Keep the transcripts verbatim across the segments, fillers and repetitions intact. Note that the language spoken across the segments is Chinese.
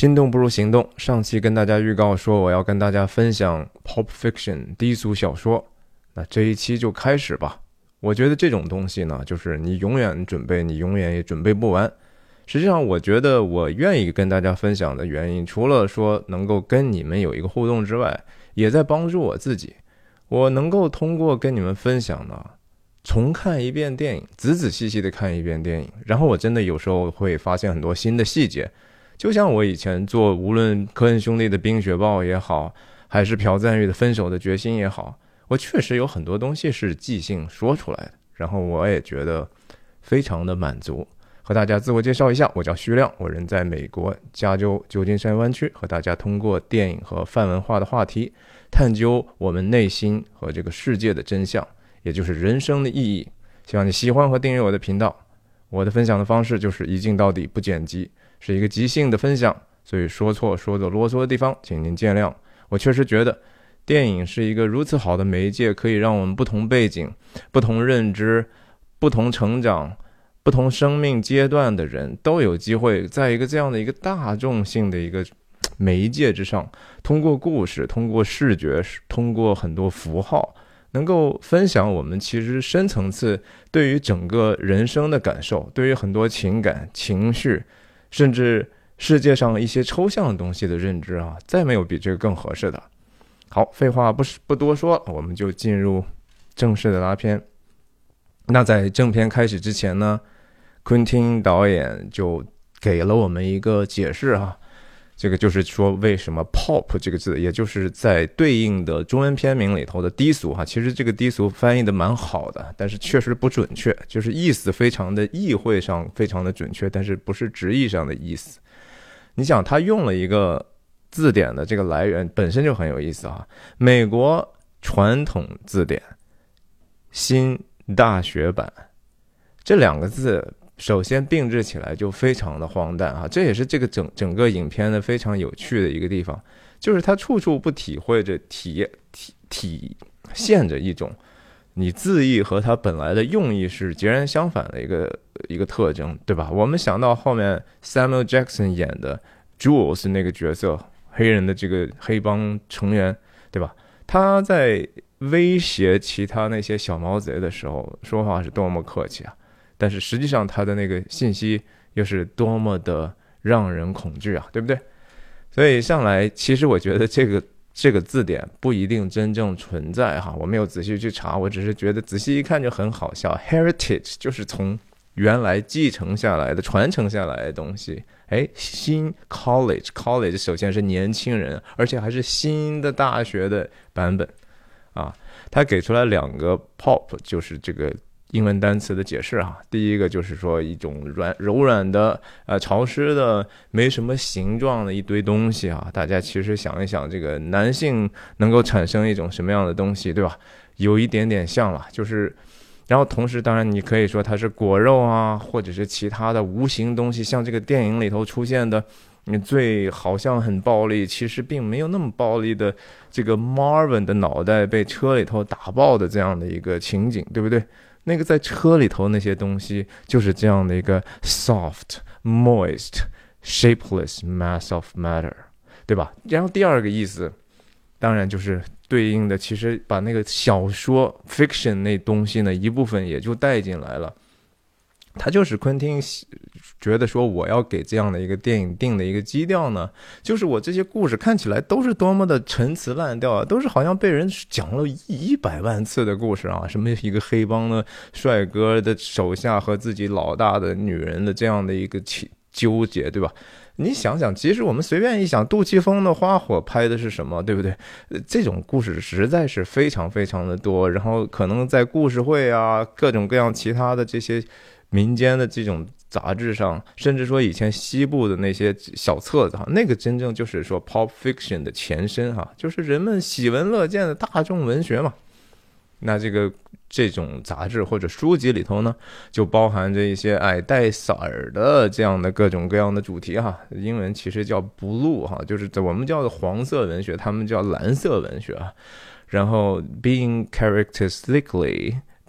心动不如行动。上期跟大家预告说我要跟大家分享 Pulp Fiction 低俗小说，那这一期就开始吧。我觉得这种东西呢，就是你永远准备，你永远也准备不完。实际上我觉得我愿意跟大家分享的原因，除了说能够跟你们有一个互动之外，也在帮助我自己。我能够通过跟你们分享呢，重看一遍电影，仔仔细细的看一遍电影，然后我真的有时候会发现很多新的细节。就像我以前做无论科恩兄弟的《冰雪暴》也好，还是朴赞郁的《分手的决心》也好，我确实有很多东西是即兴说出来的，然后我也觉得非常的满足。和大家自我介绍一下，我叫徐亮，我人在美国加州旧金山湾区，和大家通过电影和泛文化的话题，探究我们内心和这个世界的真相，也就是人生的意义。希望你喜欢和订阅我的频道。我的分享的方式就是一镜到底，不剪辑，是一个即兴的分享，所以说错说的啰嗦的地方请您见谅。我确实觉得电影是一个如此好的媒介，可以让我们不同背景、不同认知、不同成长、不同生命阶段的人都有机会在一个这样的一个大众性的一个媒介之上，通过故事、通过视觉、通过很多符号，能够分享我们其实深层次对于整个人生的感受，对于很多情感、情绪，甚至世界上一些抽象的东西的认知啊，再没有比这个更合适的。好，废话不不多说，我们就进入正式的拉片。那在正片开始之前呢，昆汀导演就给了我们一个解释啊，这个就是说为什么 pulp 这个字，也就是在对应的中文片名里头的低俗哈，其实这个低俗翻译的蛮好的，但是确实不准确，就是意思非常的意会上非常的准确，但是不是直译上的意思。你想他用了一个字典的这个来源本身就很有意思啊，美国传统字典新大学版，这两个字首先并置起来就非常的荒诞啊，这也是这个整整个影片的非常有趣的一个地方，就是它处处不体会着体体体现着一种你字义和它本来的用意是截然相反的一个一个特征，对吧？我们想到后面 Samuel Jackson 演的 Jules 那个角色，黑人的这个黑帮成员，对吧？他在威胁其他那些小毛贼的时候，说话是多么客气啊！但是实际上他的那个信息又是多么的让人恐惧啊，对不对？所以上来其实我觉得这个这个字典不一定真正存在哈，我没有仔细去查，我只是觉得仔细一看就很好笑。Heritage 就是从原来继承下来的、传承下来的东西。哎，新 college college 首先是年轻人，而且还是新的大学的版本啊。他给出来两个 pulp， 就是这个英文单词的解释哈，第一个就是说一种软柔软的、呃潮湿的、没什么形状的一堆东西啊。大家其实想一想，这个男性能够产生一种什么样的东西，对吧？有一点点像了，就是，然后同时当然你可以说它是果肉啊，或者是其他的无形东西，像这个电影里头出现的。你最好像很暴力，其实并没有那么暴力的这个 Marvin 的脑袋被车里头打爆的这样的一个情景，对不对？那个在车里头那些东西就是这样的一个 soft, moist, shapeless mass of matter， 对吧？然后第二个意思当然就是对应的，其实把那个小说 fiction 那东西呢一部分也就带进来了。他就是昆汀觉得说，我要给这样的一个电影定的一个基调呢，就是我这些故事看起来都是多么的陈词滥调啊，都是好像被人讲了一百万次的故事啊，什么一个黑帮的帅哥的手下和自己老大的女人的这样的一个纠结，对吧？你想想，其实我们随便一想，杜琪峰的《花火》拍的是什么，对不对？这种故事实在是非常非常的多，然后可能在故事会啊，各种各样其他的这些民间的这种杂志上，甚至说以前西部的那些小册子哈，那个真正就是说 Pulp Fiction 的前身哈，就是人们喜闻乐见的大众文学嘛。那这个这种杂志或者书籍里头呢，就包含着一些哎带色儿的这样的各种各样的主题哈，英文其实叫 blue 哈，就是我们叫黄色文学，他们叫蓝色文学啊。然后 being characteristically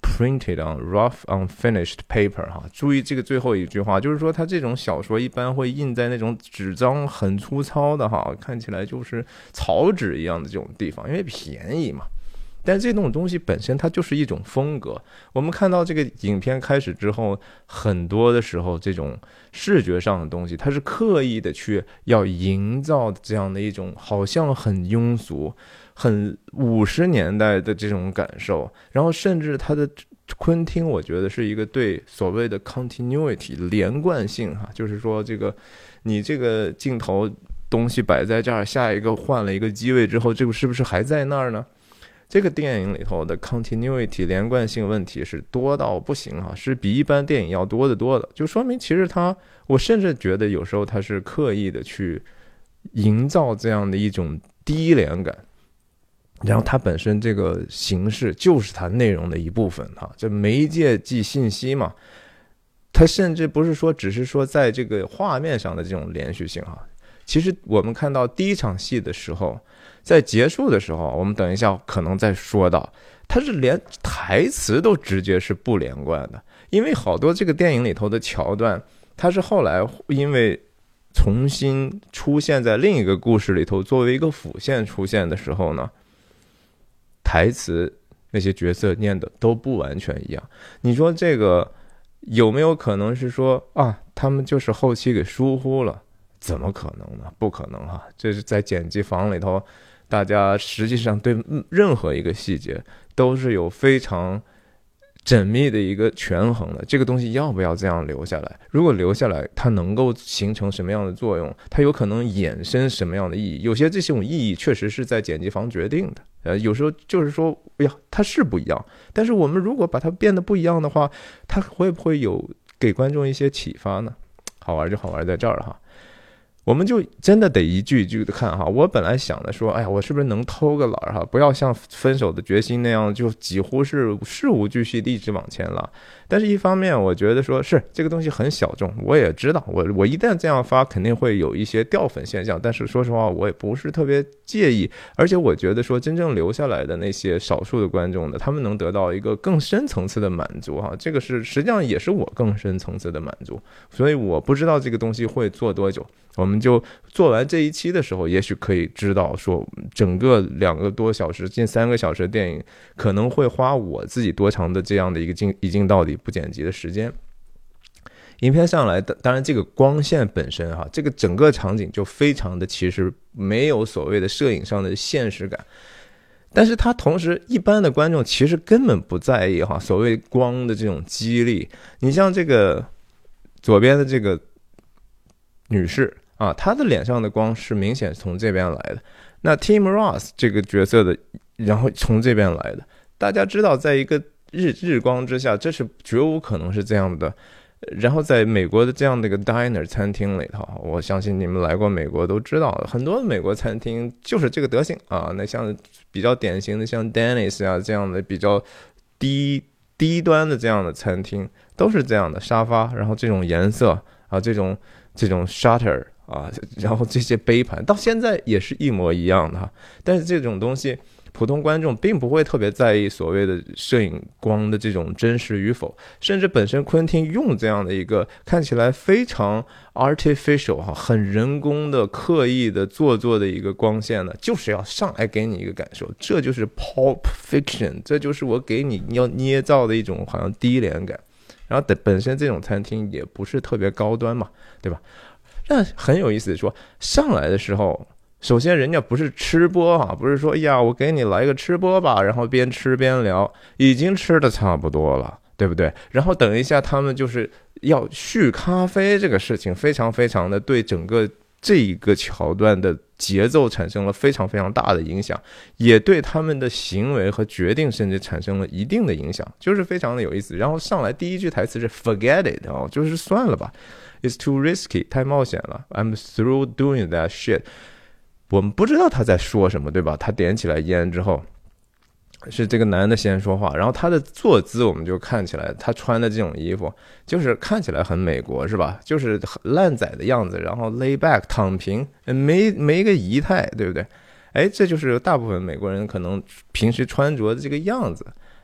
printed on rough unfinished paper 哈，注意这个最后一句话，就是说它这种小说一般会印在那种纸张很粗糙的哈，看起来就是草纸一样的这种地方，因为便宜嘛。但这种东西本身它就是一种风格。我们看到这个影片开始之后，很多的时候这种视觉上的东西，它是刻意的去要营造这样的一种好像很庸俗、很五十年代的这种感受。然后甚至它的昆汀，我觉得是一个对所谓的 continuity 连贯性哈，就是说这个你这个镜头东西摆在这儿，下一个换了一个机位之后，这个是不是还在那儿呢？这个电影里头的 continuity 连贯性问题是多到不行啊，是比一般电影要多得多的，就说明其实它，我甚至觉得有时候它是刻意的去营造这样的一种低廉感，然后它本身这个形式就是它内容的一部分哈，这媒介即信息嘛，它甚至不是说只是说在这个画面上的这种连续性哈，其实我们看到第一场戏的时候。在结束的时候，我们等一下可能再说到，它是连台词都直接是不连贯的，因为好多这个电影里头的桥段，它是后来因为重新出现在另一个故事里头，作为一个辅线出现的时候呢，台词那些角色念的都不完全一样。你说这个有没有可能是说啊，他们就是后期给疏忽了？怎么可能呢？不可能哈！这是在剪辑房里头。大家实际上对任何一个细节都是有非常缜密的一个权衡的，这个东西要不要这样留下来？如果留下来，它能够形成什么样的作用？它有可能衍生什么样的意义？有些这种意义确实是在剪辑房决定的，呃，有时候就是说，哎呀，它是不一样，但是我们如果把它变得不一样的话，它会不会有给观众一些启发呢？好玩就好玩在这儿哈。我们就真的得一句一句的看哈，我本来想的说，哎呀，我是不是能偷个懒哈，不要像分手的决心那样，就几乎是事无巨细的一直往前拉。但是一方面，我觉得说是这个东西很小众，我也知道，我我一旦这样发，肯定会有一些掉粉现象。但是说实话，我也不是特别介意，而且我觉得说真正留下来的那些少数的观众呢，他们能得到一个更深层次的满足哈，这个是实际上也是我更深层次的满足。所以我不知道这个东西会做多久。我们就做完这一期的时候，也许可以知道说，整个两个多小时、近三个小时的电影可能会花我自己多长的这样的一个镜一镜到底不剪辑的时间。影片上来，当然这个光线本身哈，这个整个场景就非常的其实没有所谓的摄影上的现实感，但是它同时一般的观众其实根本不在意哈，所谓光的这种激励。你像这个左边的这个女士。啊，他的脸上的光是明显从这边来的。那 Tim Roth 这个角色的，然后从这边来的。大家知道，在一个日日光之下，这是绝无可能是这样的。然后在美国的这样的一个 diner 餐厅里头，我相信你们来过美国都知道，很多美国餐厅就是这个德行啊。那像比较典型的像 Denny's 啊这样的比较低低端的这样的餐厅，都是这样的沙发，然后这种颜色啊，这种这种 shutter。啊，然后这些杯盘到现在也是一模一样的，但是这种东西普通观众并不会特别在意所谓的摄影光的这种真实与否，甚至本身昆汀用这样的一个看起来非常 artificial 哈，很人工的、刻意的、做作的一个光线呢，就是要上来给你一个感受，这就是 Pulp Fiction， 这就是我给你要捏造的一种好像低廉感。然后本身这种餐厅也不是特别高端嘛，对吧？但很有意思的说，上来的时候，首先人家不是吃播啊，不是说哎呀我给你来个吃播吧，然后边吃边聊，已经吃的差不多了，对不对？然后等一下他们就是要续咖啡，这个事情非常非常的对整个这一个桥段的节奏产生了非常非常大的影响，也对他们的行为和决定甚至产生了一定的影响，就是非常的有意思。然后上来第一句台词是 Forget it 哦，就是算了吧。It's too risky， 太冒险了。I'm through doing that shit。我们不知道他在说什么，对吧？他点起来烟之后，是这个男的先说话，然后他的坐姿我们就看起来，他穿的这种衣服就是看起来很美国，是吧？就是很烂仔的样子，然后 lay back 躺平，没没一个仪态，对不对？哎，这就是大部分美国人可能平时穿着的这个样子。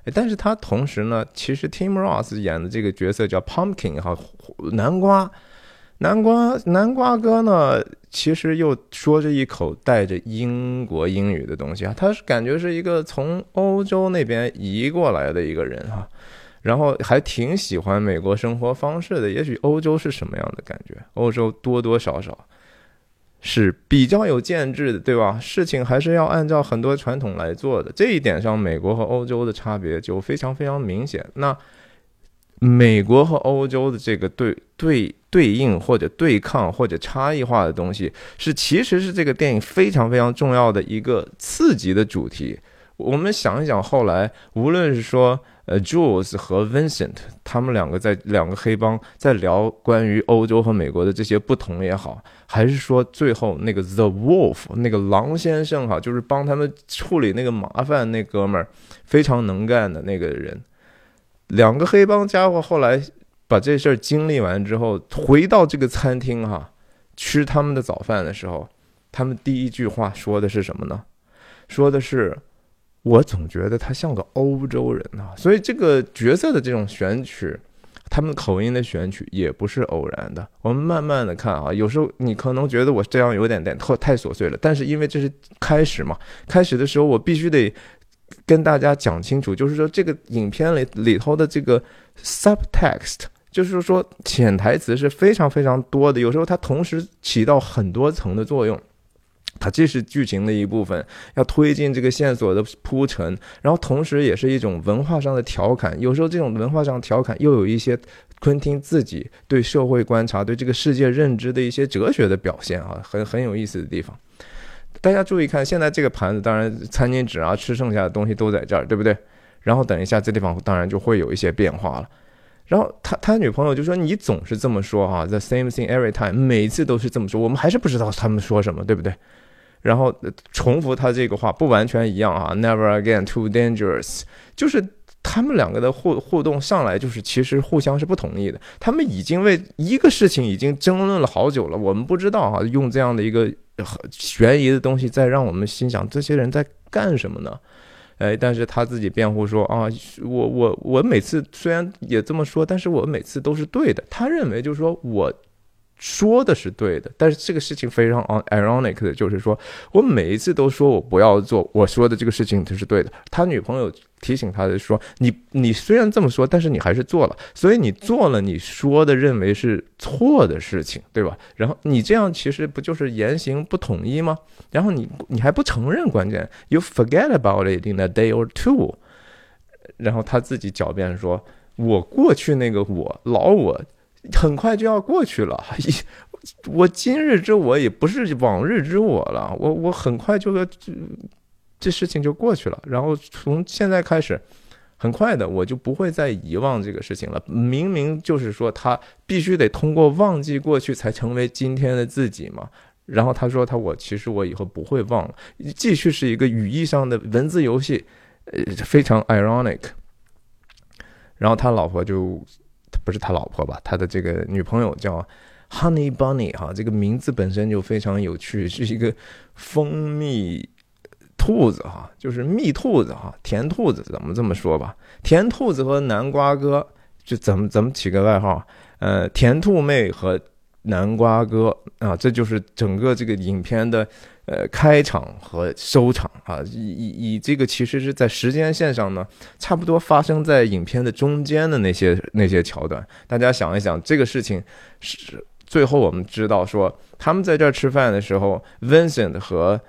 但是他同时呢，其实 Tim Roth 演的这个角色叫 Pumpkin 哈，南瓜。南瓜南瓜哥呢，其实又说着一口带着英国英语的东西啊，他是感觉是一个从欧洲那边移过来的一个人哈，然后还挺喜欢美国生活方式的。也许欧洲是什么样的感觉？欧洲多多少少是比较有建制的，对吧？事情还是要按照很多传统来做的，这一点上美国和欧洲的差别就非常非常明显。那美国和欧洲的这个对对对应或者对抗或者差异化的东西，是其实是这个电影非常非常重要的一个刺激的主题。我们想一想，后来无论是说呃 Jules 和 Vincent 他们两个在两个黑帮在聊关于欧洲和美国的这些不同也好，还是说最后那个 The Wolf 那个狼先生哈，就是帮他们处理那个麻烦那哥们儿非常能干的那个人。两个黑帮家伙后来把这事儿经历完之后，回到这个餐厅哈，吃他们的早饭的时候，他们第一句话说的是什么呢？说的是我总觉得他像个欧洲人啊。所以这个角色的这种选取，他们口音的选取也不是偶然的。我们慢慢的看啊，有时候你可能觉得我这样有点点太琐碎了，但是因为这是开始嘛，开始的时候我必须得跟大家讲清楚，就是说这个影片里里头的这个 subtext， 就是说潜台词是非常非常多的，有时候它同时起到很多层的作用。它这是剧情的一部分，要推进这个线索的铺陈，然后同时也是一种文化上的调侃。有时候这种文化上的调侃又有一些昆汀自己对社会观察、对这个世界认知的一些哲学的表现啊，很很有意思的地方。大家注意看，现在这个盘子，当然餐巾纸啊，吃剩下的东西都在这儿，对不对？然后等一下，这地方当然就会有一些变化了。然后他他女朋友就说：“你总是这么说哈 ，the same thing every time， 每一次都是这么说，我们还是不知道他们说什么，对不对？”然后重复他这个话，不完全一样啊 ，never again too dangerous， 就是他们两个的互互动上来就是其实互相是不同意的，他们已经为一个事情已经争论了好久了，我们不知道啊，用这样的一个悬疑的东西再让我们心想这些人在干什么呢？哎，但是他自己辩护说啊，我我我每次虽然也这么说，但是我每次都是对的。他认为就是说我说的是对的，但是这个事情非常 ironic 的，就是说我每一次都说我不要做，我说的这个事情就是对的。他女朋友提醒他的说，你你虽然这么说，但是你还是做了，所以你做了你说的认为是错的事情，对吧？然后你这样其实不就是言行不统一吗？然后你你还不承认，关键 you forget about it in a day or two。然后他自己狡辩说，我过去那个我老我很快就要过去了，我今日之我也不是往日之我了，我我很快就这事情就过去了，然后从现在开始很快的我就不会再遗忘这个事情了。明明就是说他必须得通过忘记过去才成为今天的自己嘛。然后他说他我其实我以后不会忘了，继续是一个语义上的文字游戏，呃，非常 ironic。然后他老婆就不是他老婆吧，他的这个女朋友叫 Honey Bunny 哈，这个名字本身就非常有趣，是一个蜂蜜兔子哈，就是蜜兔子哈，甜兔子怎么这么说吧？甜兔子和南瓜哥就怎么怎么起个外号？呃，甜兔妹和南瓜哥啊，这就是整个这个影片的呃开场和收场啊。以以以这个其实是在时间线上呢，差不多发生在影片的中间的那些那些桥段。大家想一想，这个事情是最后我们知道说，他们在这儿吃饭的时候 ，Vincent 和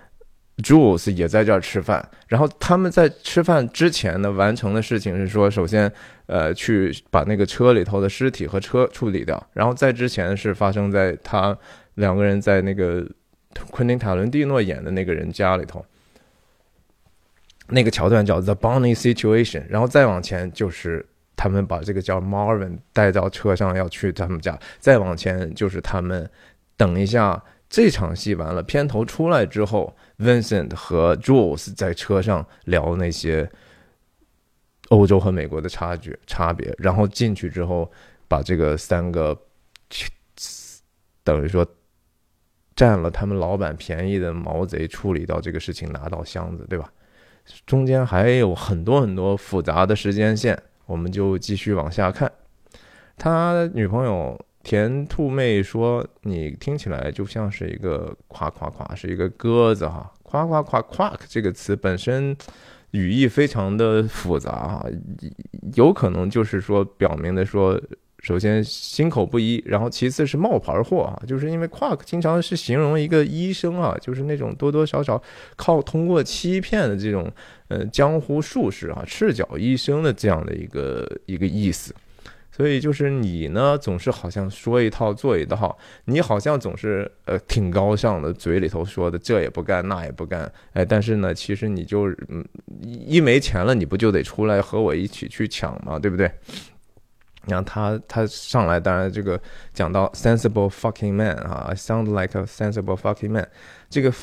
Jules 也在这儿吃饭，然后他们在吃饭之前呢，完成的事情是说，首先，呃，去把那个车里头的尸体和车处理掉，然后在之前是发生在他两个人在那个昆汀塔伦蒂诺演的那个人家里头，那个桥段叫 The Bonnie Situation， 然后再往前就是他们把这个叫 Marvin 带到车上要去他们家，再往前就是他们等一下。这场戏完了，片头出来之后 ，Vincent 和 Jules 在车上聊那些欧洲和美国的差距差别，然后进去之后，把这个三个等于说占了他们老板便宜的毛贼处理到这个事情，拿到箱子，对吧？ 中间还有很多很多复杂的时间线，我们就继续往下看。他女朋友田兔妹说：“你听起来就像是一个夸夸夸，是一个鸽子哈，夸夸夸 quack 这个词本身语义非常的复杂哈，有可能就是说表明的说。”首先心口不一，然后其次是冒牌货啊，就是因为 quack 经常是形容一个医生啊，就是那种多多少少靠通过欺骗的这种呃江湖术士啊，赤脚医生的这样的一个一个意思。所以就是你呢总是好像说一套做一套，你好像总是呃挺高尚的，嘴里头说的这也不干那也不干，哎，但是呢其实你就嗯一没钱了，你不就得出来和我一起去抢嘛，对不对？然后他他上来，当然这个讲到 sensible fucking man 啊 ，I sound like a sensible fucking man， 这个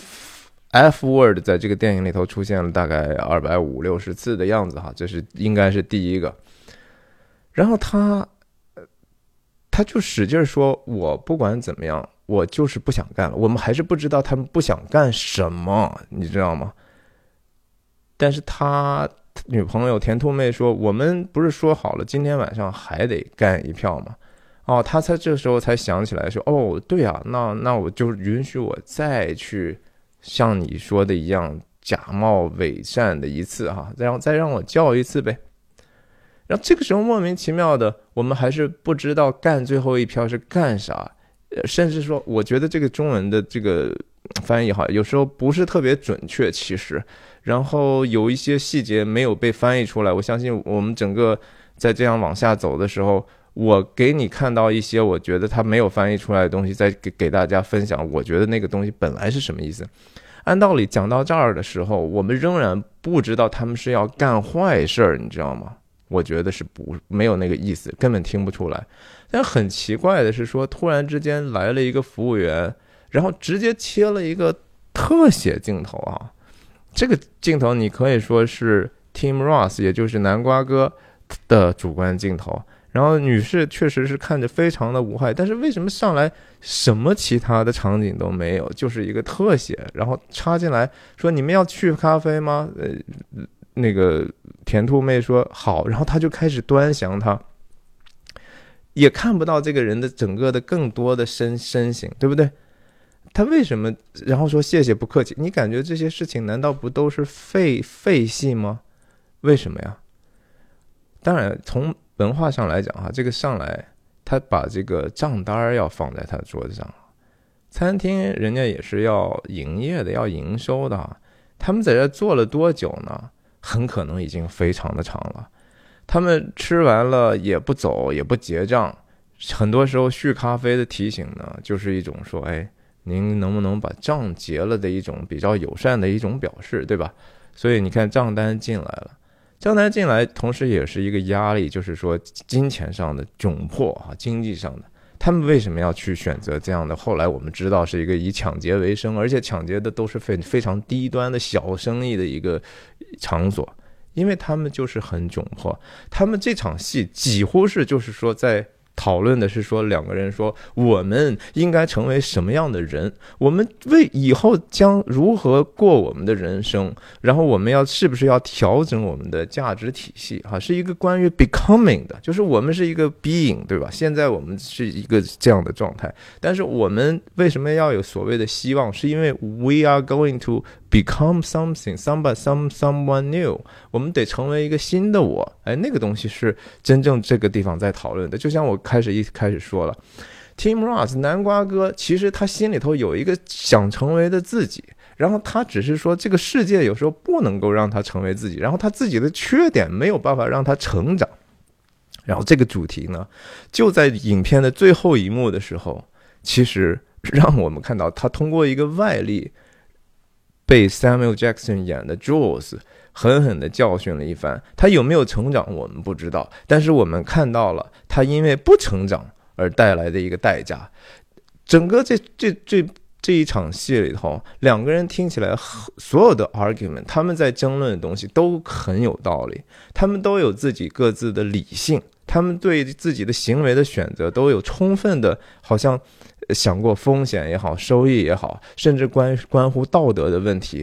F word 在这个电影里头出现了大概二百五六十次的样子哈，这是应该是第一个。然后他他就使劲说，我不管怎么样，我就是不想干了。我们还是不知道他们不想干什么，你知道吗？但是他。女朋友田兔妹说：“我们不是说好了今天晚上还得干一票吗？”哦，他才这时候才想起来说：“哦，对啊，那那我就允许我再去像你说的一样假冒伪善的一次哈，再让再让我叫一次呗。”然后这个时候莫名其妙的，我们还是不知道干最后一票是干啥，甚至说，我觉得这个中文的这个翻译哈，有时候不是特别准确，其实。然后有一些细节没有被翻译出来，我相信我们整个在这样往下走的时候，我给你看到一些我觉得他没有翻译出来的东西，再给给大家分享，我觉得那个东西本来是什么意思。按道理讲到这儿的时候，我们仍然不知道他们是要干坏事儿，你知道吗？我觉得是不没有那个意思，根本听不出来。但很奇怪的是说，突然之间来了一个服务员，然后直接切了一个特写镜头啊。这个镜头你可以说是 Tim Ross， 也就是南瓜哥的主观镜头。然后女士确实是看着非常的无害，但是为什么上来什么其他的场景都没有，就是一个特写，然后插进来说你们要去咖啡吗？呃，那个田兔妹说好，然后他就开始端详他，也看不到这个人的整个的更多的身身形，对不对？他为什么然后说谢谢不客气？你感觉这些事情难道不都是废废戏吗？为什么呀？当然从文化上来讲哈，这个上来他把这个账单要放在他的桌子上，餐厅人家也是要营业的，要营收的，他们在这做了多久呢？很可能已经非常的长了。他们吃完了也不走，也不结账，很多时候续咖啡的提醒呢，就是一种说，哎，您能不能把账结了的一种比较友善的一种表示，对吧？所以你看账单进来了，账单进来同时也是一个压力，就是说金钱上的窘迫啊，经济上的。他们为什么要去选择这样的？后来我们知道是一个以抢劫为生，而且抢劫的都是非非常低端的小生意的一个场所，因为他们就是很窘迫。他们这场戏几乎是就是说在讨论的是说，两个人说我们应该成为什么样的人，我们为以后将如何过我们的人生，然后我们要是不是要调整我们的价值体系哈，是一个关于 becoming 的，就是我们是一个 being， 对吧？现在我们是一个这样的状态，但是我们为什么要有所谓的希望？是因为 we are going to become something, somebody, some, someone new， 我们得成为一个新的我。哎，那个东西是真正这个地方在讨论的。就像我开始一开始说了 ，Tim Ross 南瓜哥，其实他心里头有一个想成为的自己，然后他只是说这个世界有时候不能够让他成为自己，然后他自己的缺点没有办法让他成长。然后这个主题呢，就在影片的最后一幕的时候，其实让我们看到他通过一个外力。被 Samuel Jackson 演的 Jules 狠狠地教训了一番，他有没有成长我们不知道，但是我们看到了他因为不成长而带来的一个代价。整个这这这这一场戏里头，两个人听起来所有的 argument， 他们在争论的东西都很有道理，他们都有自己各自的理性，他们对自己的行为的选择都有充分的，好像想过风险也好，收益也好，甚至关关乎道德的问题，对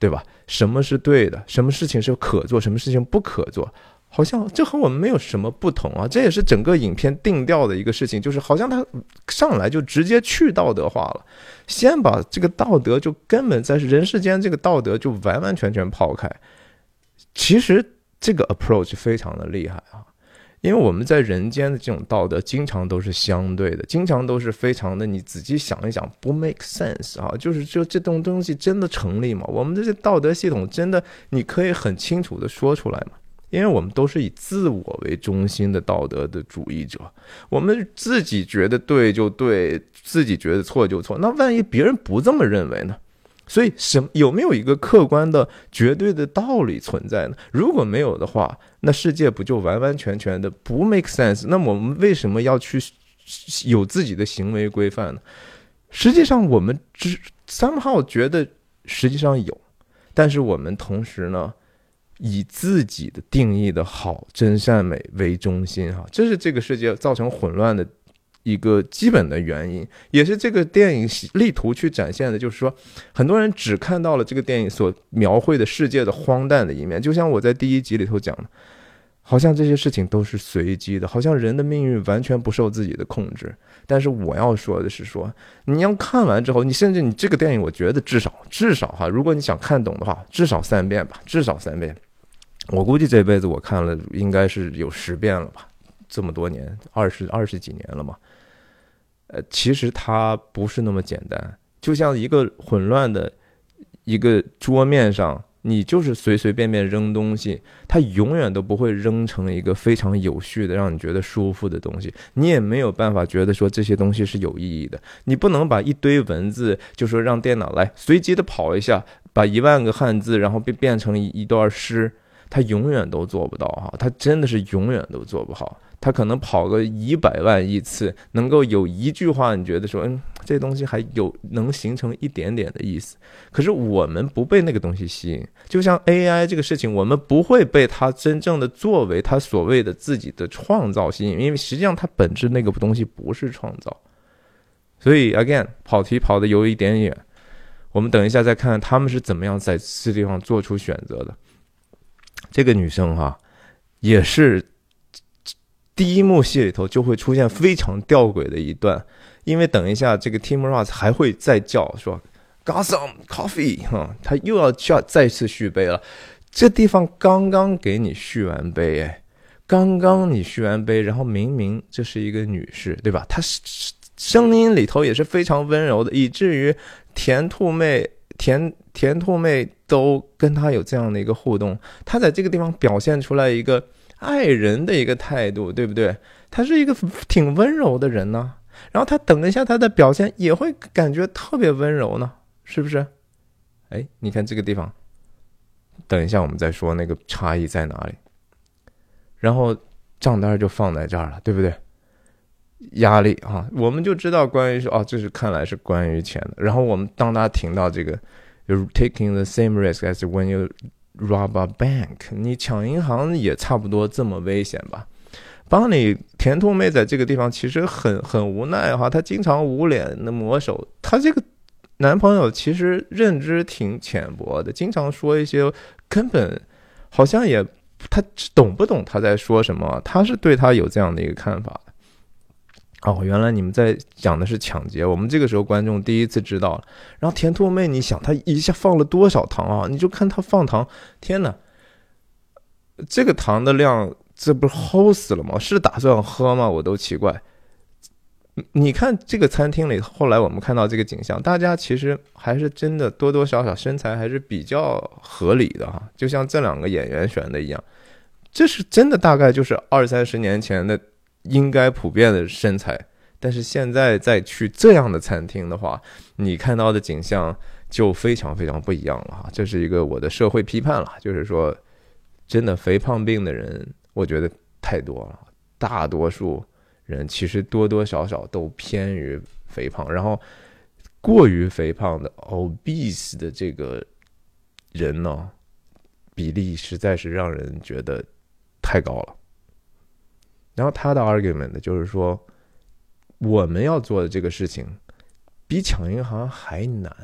对吧？什么是对的，什么事情是可做，什么事情不可做，好像这和我们没有什么不同啊。这也是整个影片定调的一个事情，就是好像他上来就直接去道德化了，先把这个道德就根本在人世间这个道德就完完全全抛开。其实这个 approach 非常的厉害啊。因为我们在人间的这种道德经常都是相对的，经常都是非常的，你仔细想一想不 make sense 啊，就是这这种东西真的成立吗？我们的这道德系统真的你可以很清楚的说出来吗？因为我们都是以自我为中心的道德的主义者，我们自己觉得对就对，自己觉得错就错，那万一别人不这么认为呢？所以什么有没有一个客观的绝对的道理存在呢？如果没有的话，那世界不就完完全全的不 make sense？ 那么我们为什么要去有自己的行为规范呢？实际上我们只 somehow 觉得实际上有，但是我们同时呢以自己的定义的好真善美为中心哈，这是这个世界造成混乱的一个基本的原因，也是这个电影力图去展现的，就是说很多人只看到了这个电影所描绘的世界的荒诞的一面，就像我在第一集里头讲的，好像这些事情都是随机的，好像人的命运完全不受自己的控制。但是我要说的是说，你要看完之后，你甚至你这个电影我觉得至少至少哈，如果你想看懂的话，至少三遍吧，至少三遍。我估计这辈子我看了应该是有十遍了吧，这么多年，二十二十几年了嘛。呃，其实它不是那么简单，就像一个混乱的一个桌面上，你就是随随便便扔东西，它永远都不会扔成一个非常有序的让你觉得舒服的东西，你也没有办法觉得说这些东西是有意义的。你不能把一堆文字就说让电脑来随机的跑一下，把一万个汉字然后变变成一段诗，它永远都做不到哈，它真的是永远都做不好。他可能跑个一百万亿次，能够有一句话你觉得说，嗯，这东西还有能形成一点点的意思。可是我们不被那个东西吸引，就像 A I 这个事情，我们不会被它真正的作为它所谓的自己的创造吸引，因为实际上它本质那个东西不是创造。所以 again 跑题跑得有一点远，我们等一下再看他们是怎么样在这地方做出选择的。这个女生哈，也是第一幕戏里头就会出现非常吊诡的一段，因为等一下这个 Tim Roth 还会再叫说 Got some coffee 哈，他又要叫再次续杯了。这地方刚刚给你续完杯，哎，刚刚你续完杯，然后明明这是一个女士，对吧？她声音里头也是非常温柔的，以至于甜兔妹甜甜兔妹都跟她有这样的一个互动，她在这个地方表现出来一个爱人的一个态度，对不对？他是一个挺温柔的人呢，然后他等一下他的表现也会感觉特别温柔呢，是不是？哎，你看这个地方，等一下我们再说那个差异在哪里。然后账单就放在这儿了，对不对？压力啊，我们就知道关于说哦，这是看来是关于钱的。然后我们当他听到这个 "You're taking the same risk as when you rob a bank"， 你抢银行也差不多这么危险吧？帮你甜兔妹在这个地方其实很很无奈哈，她经常捂脸的抹手，她这个男朋友其实认知挺浅薄的，经常说一些根本好像也他懂不懂他在说什么，他是对他有这样的一个看法的。哦，原来你们在讲的是抢劫，我们这个时候观众第一次知道了。然后甜兔妹，你想她一下放了多少糖啊？你就看她放糖，天哪，这个糖的量，这不是齁死了吗？是打算喝吗？我都奇怪。你看这个餐厅里，后来我们看到这个景象，大家其实还是真的多多少少身材还是比较合理的哈，就像这两个演员选的一样，这是真的大概就是二三十年前的应该普遍的身材，但是现在再去这样的餐厅的话，你看到的景象就非常非常不一样了哈。这是一个我的社会批判了，就是说真的肥胖病的人我觉得太多了，大多数人其实多多少少都偏于肥胖，然后过于肥胖的 obese 的这个人呢，比例实在是让人觉得太高了。然后他的 argument 就是说，我们要做的这个事情比抢银行还难呢、啊。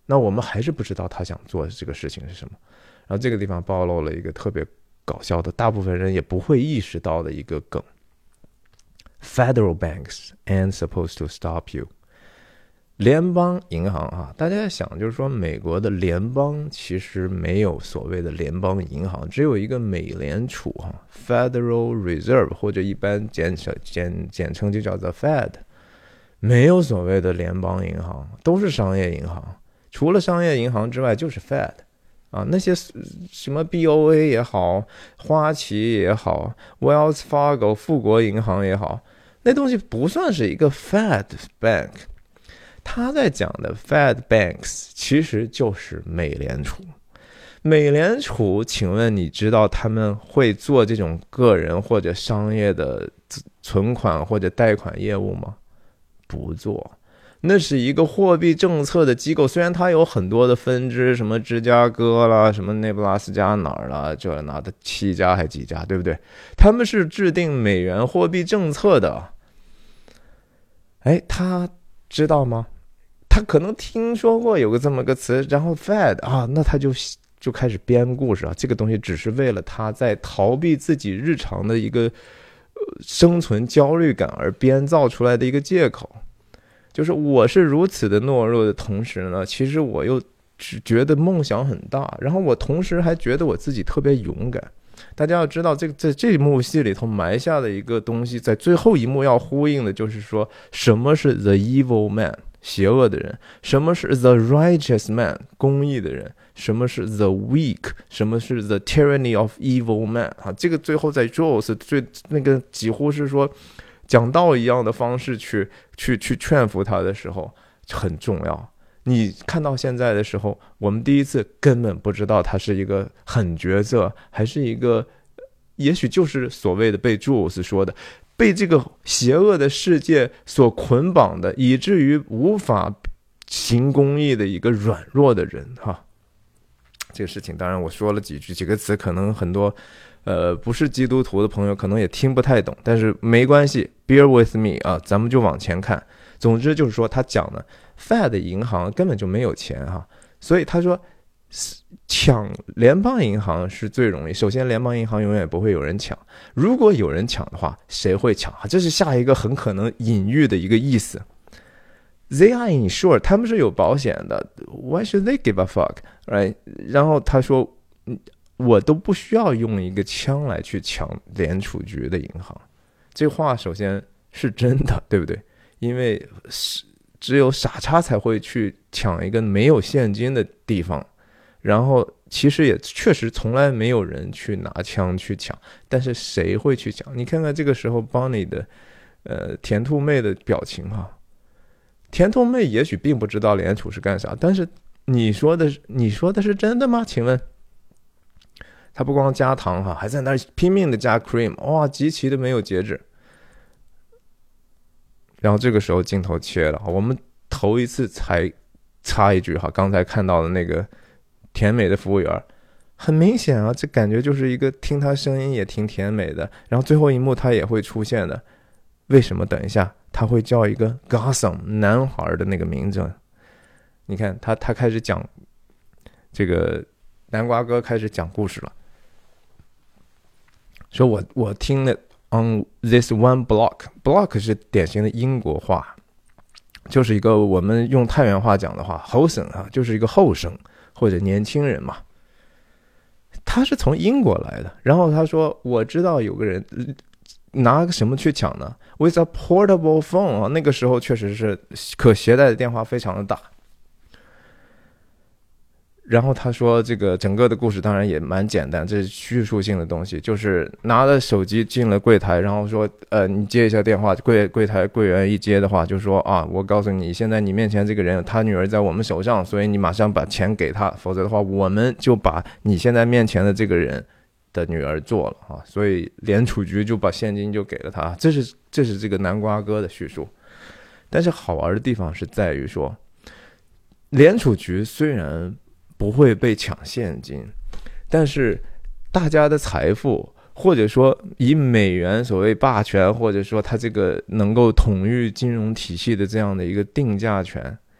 那我们还是不知道他想做的这个事情是什么。然后这个地方暴露了一个特别搞笑的，大部分人也不会意识到的一个梗。Federal banks ain't supposed to stop you。联邦银行啊，大家在想，就是说美国的联邦其实没有所谓的联邦银行，只有一个美联储哈 ，Federal Reserve 或者一般简简简称就叫做 Fed， 没有所谓的联邦银行，都是商业银行。除了商业银行之外，就是 Fed 啊，那些什么 B O A 也好，花旗也好 ，Wells Fargo 富国银行也好，那东西不算是一个 Fed Bank。他在讲的 Fed Banks 其实就是美联储。美联储，请问你知道他们会做这种个人或者商业的存款或者贷款业务吗？不做。那是一个货币政策的机构，虽然它有很多的分支，什么芝加哥啦，什么内布拉斯加哪儿啦，这哪的七家还几家，对不对？他们是制定美元货币政策的。哎，他知道吗？他可能听说过有个这么个词，然后 Fed 啊，那他就就开始编故事啊。这个东西只是为了他在逃避自己日常的一个、呃、生存焦虑感而编造出来的一个借口。就是我是如此的懦弱的同时呢，其实我又只觉得梦想很大，然后我同时还觉得我自己特别勇敢。大家要知道，这个在这幕戏里头埋下的一个东西，在最后一幕要呼应的就是说，什么是 the evil man， 邪恶的人，什么是 the righteous man， 公义的人，什么是 the weak， 什么是 the tyranny of evil man 啊，这个最后在 Jaws 最那个几乎是说讲道一样的方式去去去劝服他的时候很重要。你看到现在的时候，我们第一次根本不知道他是一个狠角色，还是一个也许就是所谓的被朱尔斯说的被这个邪恶的世界所捆绑的，以至于无法行公义的一个软弱的人哈。这个事情当然我说了几句几个词，可能很多呃不是基督徒的朋友可能也听不太懂，但是没关系 ，bear with me 啊，咱们就往前看。总之就是说，他讲的 Fed 银行根本就没有钱哈，所以他说抢联邦银行是最容易。首先，联邦银行永远不会有人抢，如果有人抢的话，谁会抢？这是下一个很可能隐喻的一个意思。They are insured， 他们是有保险的。Why should they give a fuck？ Right？ 然后他说，我都不需要用一个枪来去抢联储局的银行。这话首先是真的，对不对？因为只有傻叉才会去抢一个没有现金的地方，然后其实也确实从来没有人去拿枪去抢，但是谁会去抢？你看看这个时候 Bonnie 的呃甜兔妹的表情哈，甜兔妹也许并不知道联储是干啥，但是你说的你说的是真的吗？请问？他不光加糖哈，还在那儿拼命的加 cream， 哇，极其的没有节制。然后这个时候镜头切了，我们头一次才插一句哈，刚才看到的那个甜美的服务员，很明显啊，这感觉就是一个听他声音也挺甜美的，然后最后一幕他也会出现的。为什么？等一下他会叫一个 Gotham 男孩的那个名字？你看他他开始讲这个南瓜哥开始讲故事了，说我我听了。On this one block， block 是典型的英国话，就是一个我们用太原话讲的话，后生啊，就是一个后生或者年轻人嘛。他是从英国来的，然后他说我知道有个人拿个什么去抢呢 ？With a portable phone 啊，那个时候确实是可携带的电话非常的大。然后他说这个整个的故事当然也蛮简单，这是叙述性的东西，就是拿了手机进了柜台，然后说呃你接一下电话，柜柜台柜员一接的话就说啊，我告诉你现在你面前这个人他女儿在我们手上，所以你马上把钱给他，否则的话我们就把你现在面前的这个人的女儿做了啊，所以联储局就把现金就给了他。这是这是这个南瓜哥的叙述。但是好玩的地方是在于说，联储局虽然不会被抢现金，但是大家的财富，或者说以美元所谓霸权，或者说它这个能够统御金融体系的这样的一个定价权，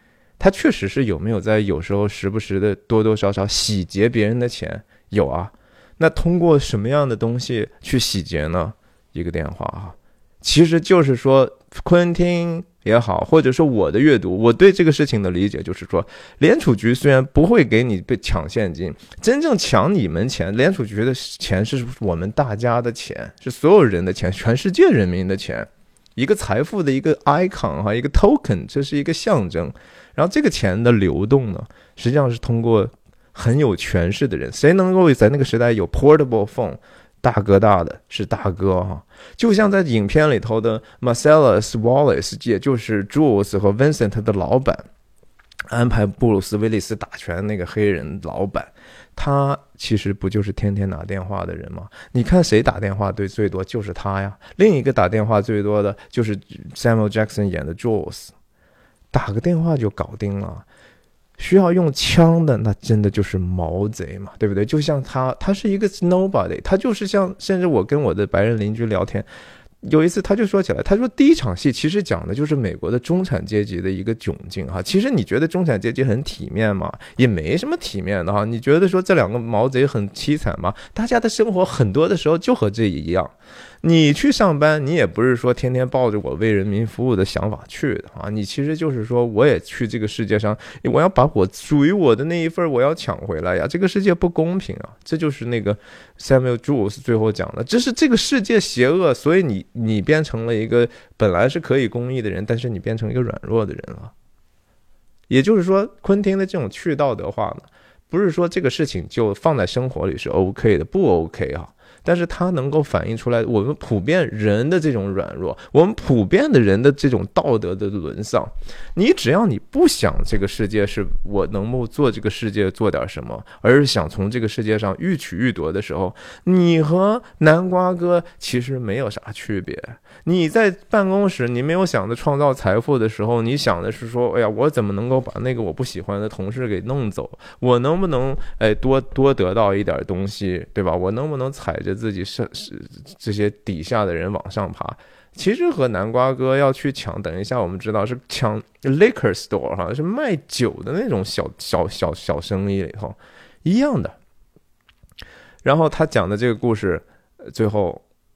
他确实是有没有在有时候时不时的多多少少洗劫别人的钱？有啊。那通过什么样的东西去洗劫呢？一个电话啊，其实就是说昆汀也好，或者说我的阅读，我对这个事情的理解就是说，联储局虽然不会给你被抢现金，真正抢你们钱，联储局的钱是我们大家的钱，是所有人的钱，全世界人民的钱，一个财富的一个 icon 哈，一个 token， 这是一个象征。然后这个钱的流动呢，实际上是通过很有权势的人，谁能够在那个时代有 portable phone， 大哥大的是大哥哈。就像在影片里头的 Marcellus Wallace， 也就是 Jules 和 Vincent 的老板，安排布鲁斯威利斯打拳那个黑人老板，他其实不就是天天打电话的人吗？你看谁打电话对最多，就是他呀。另一个打电话最多的就是 Samuel Jackson 演的 Jules， 打个电话就搞定了。需要用枪的，那真的就是毛贼嘛，对不对？就像他，他是一个 nobody， 他就是像，甚至我跟我的白人邻居聊天，有一次他就说起来，他说第一场戏其实讲的就是美国的中产阶级的一个窘境哈。其实你觉得中产阶级很体面吗？也没什么体面的哈。你觉得说这两个毛贼很凄惨吗？大家的生活很多的时候就和这一样。你去上班，你也不是说天天抱着我为人民服务的想法去的啊，你其实就是说我也去这个世界上，我要把我属于我的那一份我要抢回来呀，这个世界不公平啊，这就是那个 Samuel Jules 最后讲的，这是这个世界邪恶，所以你你变成了一个本来是可以公义的人，但是你变成一个软弱的人了。也就是说，昆汀的这种去道德化呢，不是说这个事情就放在生活里是 OK 的，不 OK 啊。但是它能够反映出来我们普遍人的这种软弱，我们普遍的人的这种道德的沦丧。你只要你不想这个世界是我能够做这个世界做点什么，而是想从这个世界上欲取欲夺的时候，你和南瓜哥其实没有啥区别。你在办公室你没有想着创造财富的时候，你想的是说，哎呀，我怎么能够把那个我不喜欢的同事给弄走，我能不能哎多多得到一点东西，对吧？我能不能踩着自己是这些底下的人往上爬？其实和南瓜哥要去抢，等一下我们知道是抢 liquor store 哈，是卖酒的那种小小小小生意里头一样的。然后他讲的这个故事，最后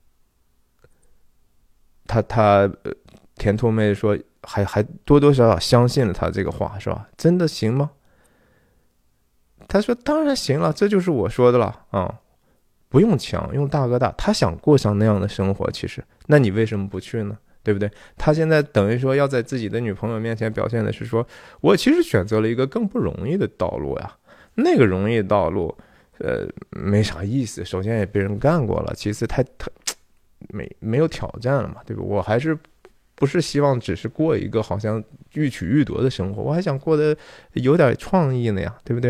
他他田兔妹说还还多多少少相信了他这个话，是吧？真的行吗？他说当然行了，这就是我说的了啊。不用抢，用大哥大。他想过上那样的生活，其实，那你为什么不去呢？对不对？他现在等于说要在自己的女朋友面前表现的是说，我其实选择了一个更不容易的道路呀。那个容易的道路，呃，没啥意思。首先也被人干过了，其次太太没没有挑战了嘛，对吧？我还是不是希望只是过一个好像欲取欲夺的生活，我还想过得有点创意呢呀，对不对？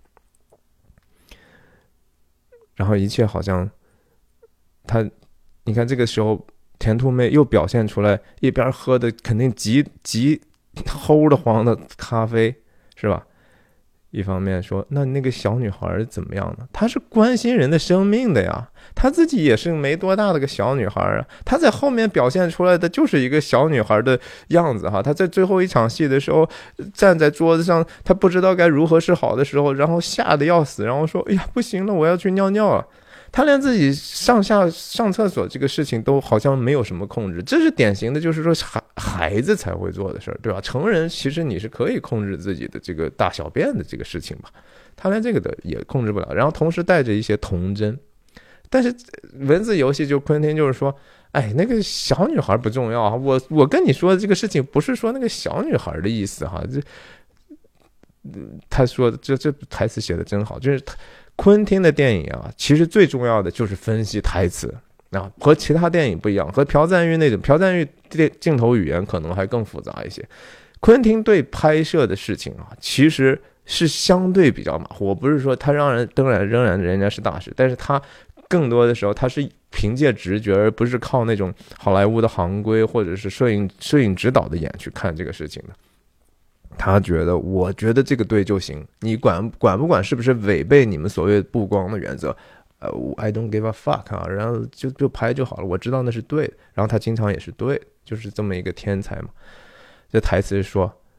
然后一切好像他，你看这个时候田兔妹又表现出来，一边喝的肯定极极齁的慌的咖啡，是吧？一方面说，那那个小女孩怎么样呢？她是关心人的生命的呀，她自己也是没多大的个小女孩啊。她在后面表现出来的就是一个小女孩的样子哈。她在最后一场戏的时候，站在桌子上，她不知道该如何是好的时候，然后吓得要死，然后说：“哎呀，不行了，我要去尿尿啊。”他连自己上下上厕所这个事情都好像没有什么控制，这是典型的，就是说孩孩子才会做的事儿，对吧？成人其实你是可以控制自己的这个大小便的这个事情吧，他连这个的也控制不了，然后同时带着一些童真。但是文字游戏就昆汀就是说，哎，那个小女孩不重要啊，我我跟你说的这个事情不是说那个小女孩的意思哈，这他说的这这台词写的真好，就是他。昆汀的电影啊，其实最重要的就是分析台词啊，和其他电影不一样，和朴赞郁那种朴赞郁电镜头语言可能还更复杂一些。昆汀对拍摄的事情啊，其实是相对比较马虎。我不是说他让人当然仍然人家是大师，但是他更多的时候他是凭借直觉，而不是靠那种好莱坞的行规或者是摄影摄影指导的眼去看这个事情的。他觉得，我觉得这个对就行，你管管不管是不是违背你们所谓曝光的原则，呃 ，I don't give a fuck 啊，然后就就拍就好了，我知道那是对的，然后他经常也是对的，就是这么一个天才嘛。这台词说，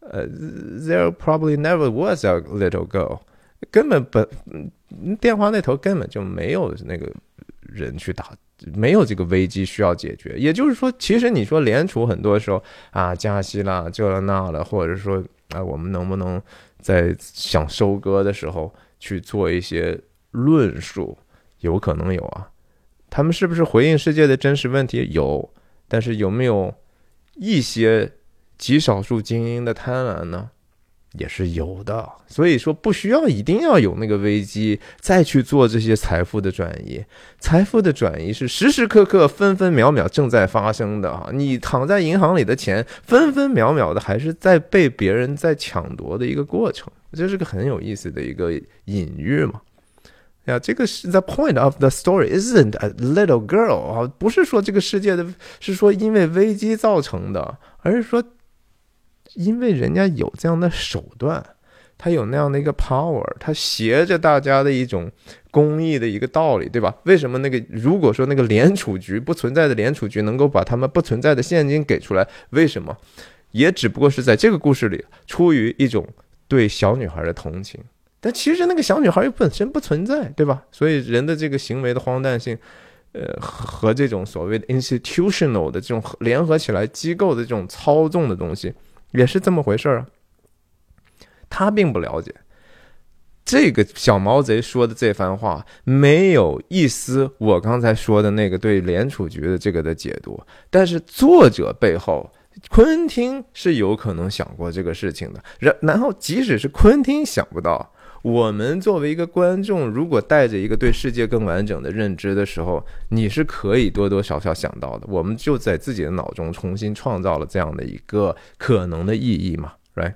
呃 ，there probably never was a little girl， 根本本电话那头根本就没有那个人去打。没有这个危机需要解决，也就是说，其实你说联储很多时候啊加息啦这了那了，或者说啊我们能不能在想收割的时候去做一些论述，有可能有啊。他们是不是回应世界的真实问题？有，但是有没有一些极少数精英的贪婪呢？也是有的，所以说不需要一定要有那个危机再去做这些财富的转移，财富的转移是时时刻刻分分秒秒正在发生的啊！你躺在银行里的钱分分秒秒的还是在被别人在抢夺的一个过程，这是个很有意思的一个隐喻嘛。呀，这个是 the point of the story isn't a little girl 啊，不是说这个世界的是说因为危机造成的，而是说因为人家有这样的手段，他有那样的一个 power， 他挟着大家的一种公益的一个道理，对吧？为什么那个如果说那个联储局不存在的联储局能够把他们不存在的现金给出来，为什么？也只不过是在这个故事里出于一种对小女孩的同情，但其实那个小女孩又本身不存在，对吧？所以人的这个行为的荒诞性呃，和这种所谓的 institutional 的这种联合起来机构的这种操纵的东西也是这么回事啊。他并不了解这个小毛贼说的这番话，没有一丝我刚才说的那个对联储局的这个的解读，但是作者背后昆汀是有可能想过这个事情的，然后即使是昆汀想不到，我们作为一个观众，如果带着一个对世界更完整的认知的时候，你是可以多多少少想到的。我们就在自己的脑中重新创造了这样的一个可能的意义嘛 ，right？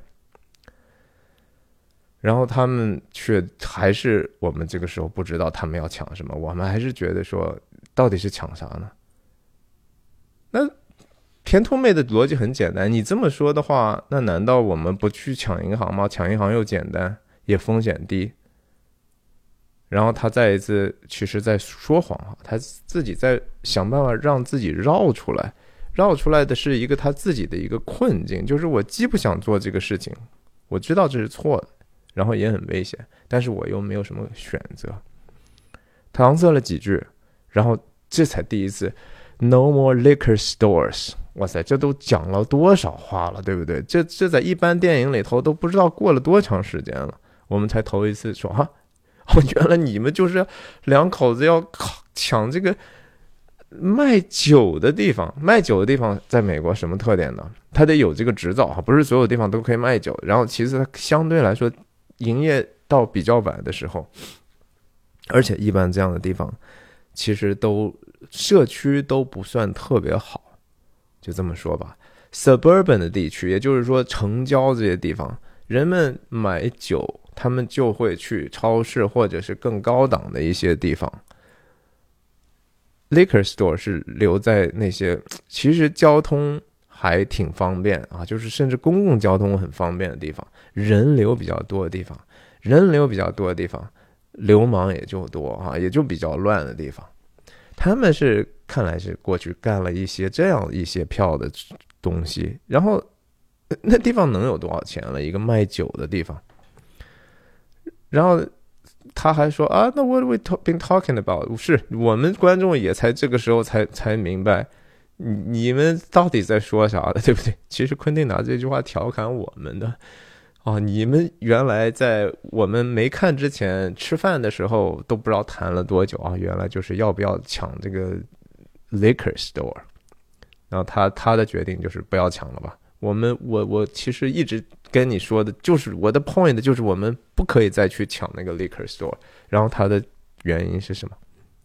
然后他们却还是我们这个时候不知道他们要抢什么，我们还是觉得说到底是抢啥呢？那田兔妹的逻辑很简单，你这么说的话，那难道我们不去抢银行吗？抢银行又简单，也风险低。然后他再一次其实在说谎，他自己在想办法让自己绕出来，绕出来的是一个他自己的一个困境，就是我既不想做这个事情，我知道这是错的，然后也很危险，但是我又没有什么选择。他搪塞了几句，然后这才第一次 No more liquor stores。哇塞，这都讲了多少话了，对不对？这这在一般电影里头都不知道过了多长时间了，我们才头一次说哈，哦，原来你们就是两口子要抢这个卖酒的地方。卖酒的地方在美国什么特点呢？它得有这个执照哈，不是所有地方都可以卖酒。然后其实它相对来说营业到比较晚的时候，而且一般这样的地方其实都社区都不算特别好。就这么说吧 ，suburban 的地区，也就是说城郊这些地方，人们买酒，他们就会去超市或者是更高档的一些地方。Liquor store 是留在那些其实交通还挺方便啊，就是甚至公共交通很方便的地方，人流比较多的地方，人流比较多的地方，流氓也就多啊，也就比较乱的地方。他们是看来是过去干了一些这样一些票的东西，然后那地方能有多少钱了？一个卖酒的地方。然后他还说啊，那 what we been talking about？ 是我们观众也才这个时候才才明白，你们到底在说啥的，对不对？其实昆汀拿这句话调侃我们的。哦，你们原来在我们没看之前吃饭的时候都不知道谈了多久啊，原来就是要不要抢这个 liquor store。然后他他的决定就是不要抢了吧。我们我我其实一直跟你说的就是我的 point 就是我们不可以再去抢那个 liquor store。然后他的原因是什么？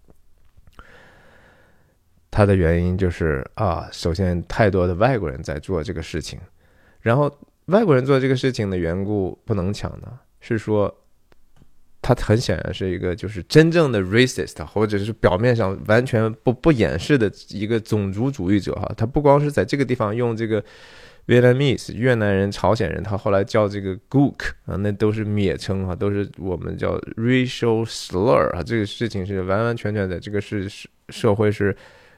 他的原因就是啊，首先太多的外国人在做这个事情，然后外国人做这个事情的缘故不能抢呢，是说他很显然是一个就是真正的 racist， 或者是表面上完全不不掩饰的一个种族主义者哈。他不光是在这个地方用这个 Vietnamese 越南人、朝鲜人，他后来叫这个 Gook 啊，那都是蔑称啊，都是我们叫 racial slur 啊。这个事情是完完全全的，这个是社会是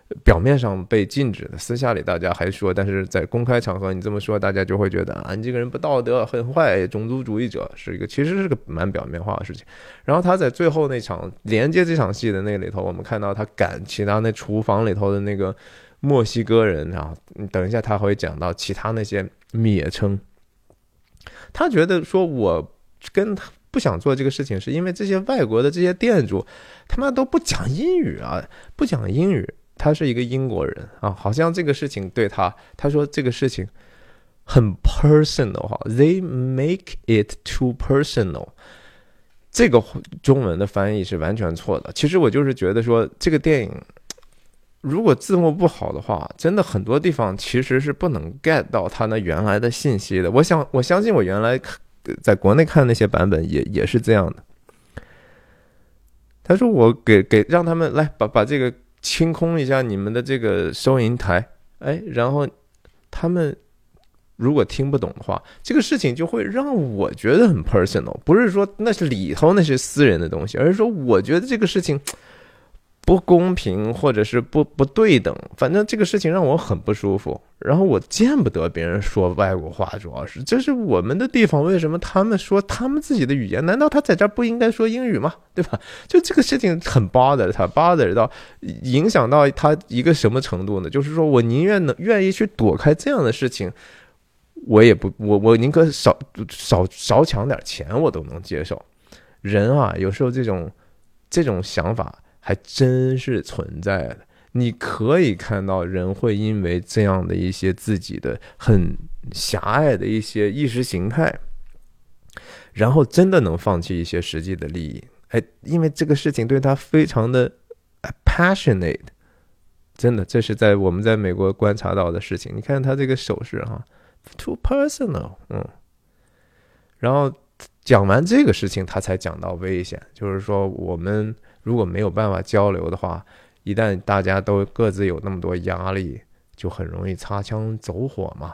表面上被禁止的，私下里大家还说，但是在公开场合你这么说，大家就会觉得啊，你这个人不道德，很坏，种族主义者，是一个其实是个蛮表面化的事情。然后他在最后那场连接这场戏的那里头，我们看到他赶其他那厨房里头的那个墨西哥人啊，等一下他会讲到其他那些蔑称，他觉得说我跟他不想做这个事情，是因为这些外国的这些店主他妈都不讲英语啊，不讲英语。他是一个英国人啊，好像这个事情对他，他说这个事情很 personal 哈 ，they make it too personal。这个中文的翻译是完全错的。其实我就是觉得说，这个电影如果字幕不好的话，真的很多地方其实是不能 get 到他那原来的信息的。我想，我相信我原来在国内看那些版本也也是这样的。他说我给给让他们来把把这个。清空一下你们的这个收银台，哎，然后他们如果听不懂的话，这个事情就会让我觉得很 personal， 不是说那是里头那是私人的东西，而是说我觉得这个事情不公平或者是不不对等，反正这个事情让我很不舒服。然后我见不得别人说外国话，主要是这是我们的地方，为什么他们说他们自己的语言？难道他在这儿不应该说英语吗？对吧？就这个事情很 bother 他 bother 到影响到他一个什么程度呢？就是说我宁愿能愿意去躲开这样的事情，我也不我我宁可少少少抢点钱，我都能接受。人啊，有时候这种这种想法还真是存在的。你可以看到人会因为这样的一些自己的很狭隘的一些意识形态，然后真的能放弃一些实际的利益，哎，因为这个事情对他非常的 passionate， 真的，这是在我们在美国观察到的事情。你看他这个手势哈 ，too personal， 嗯，然后讲完这个事情，他才讲到危险，就是说我们如果没有办法交流的话。一旦大家都各自有那么多压力，就很容易擦枪走火嘛。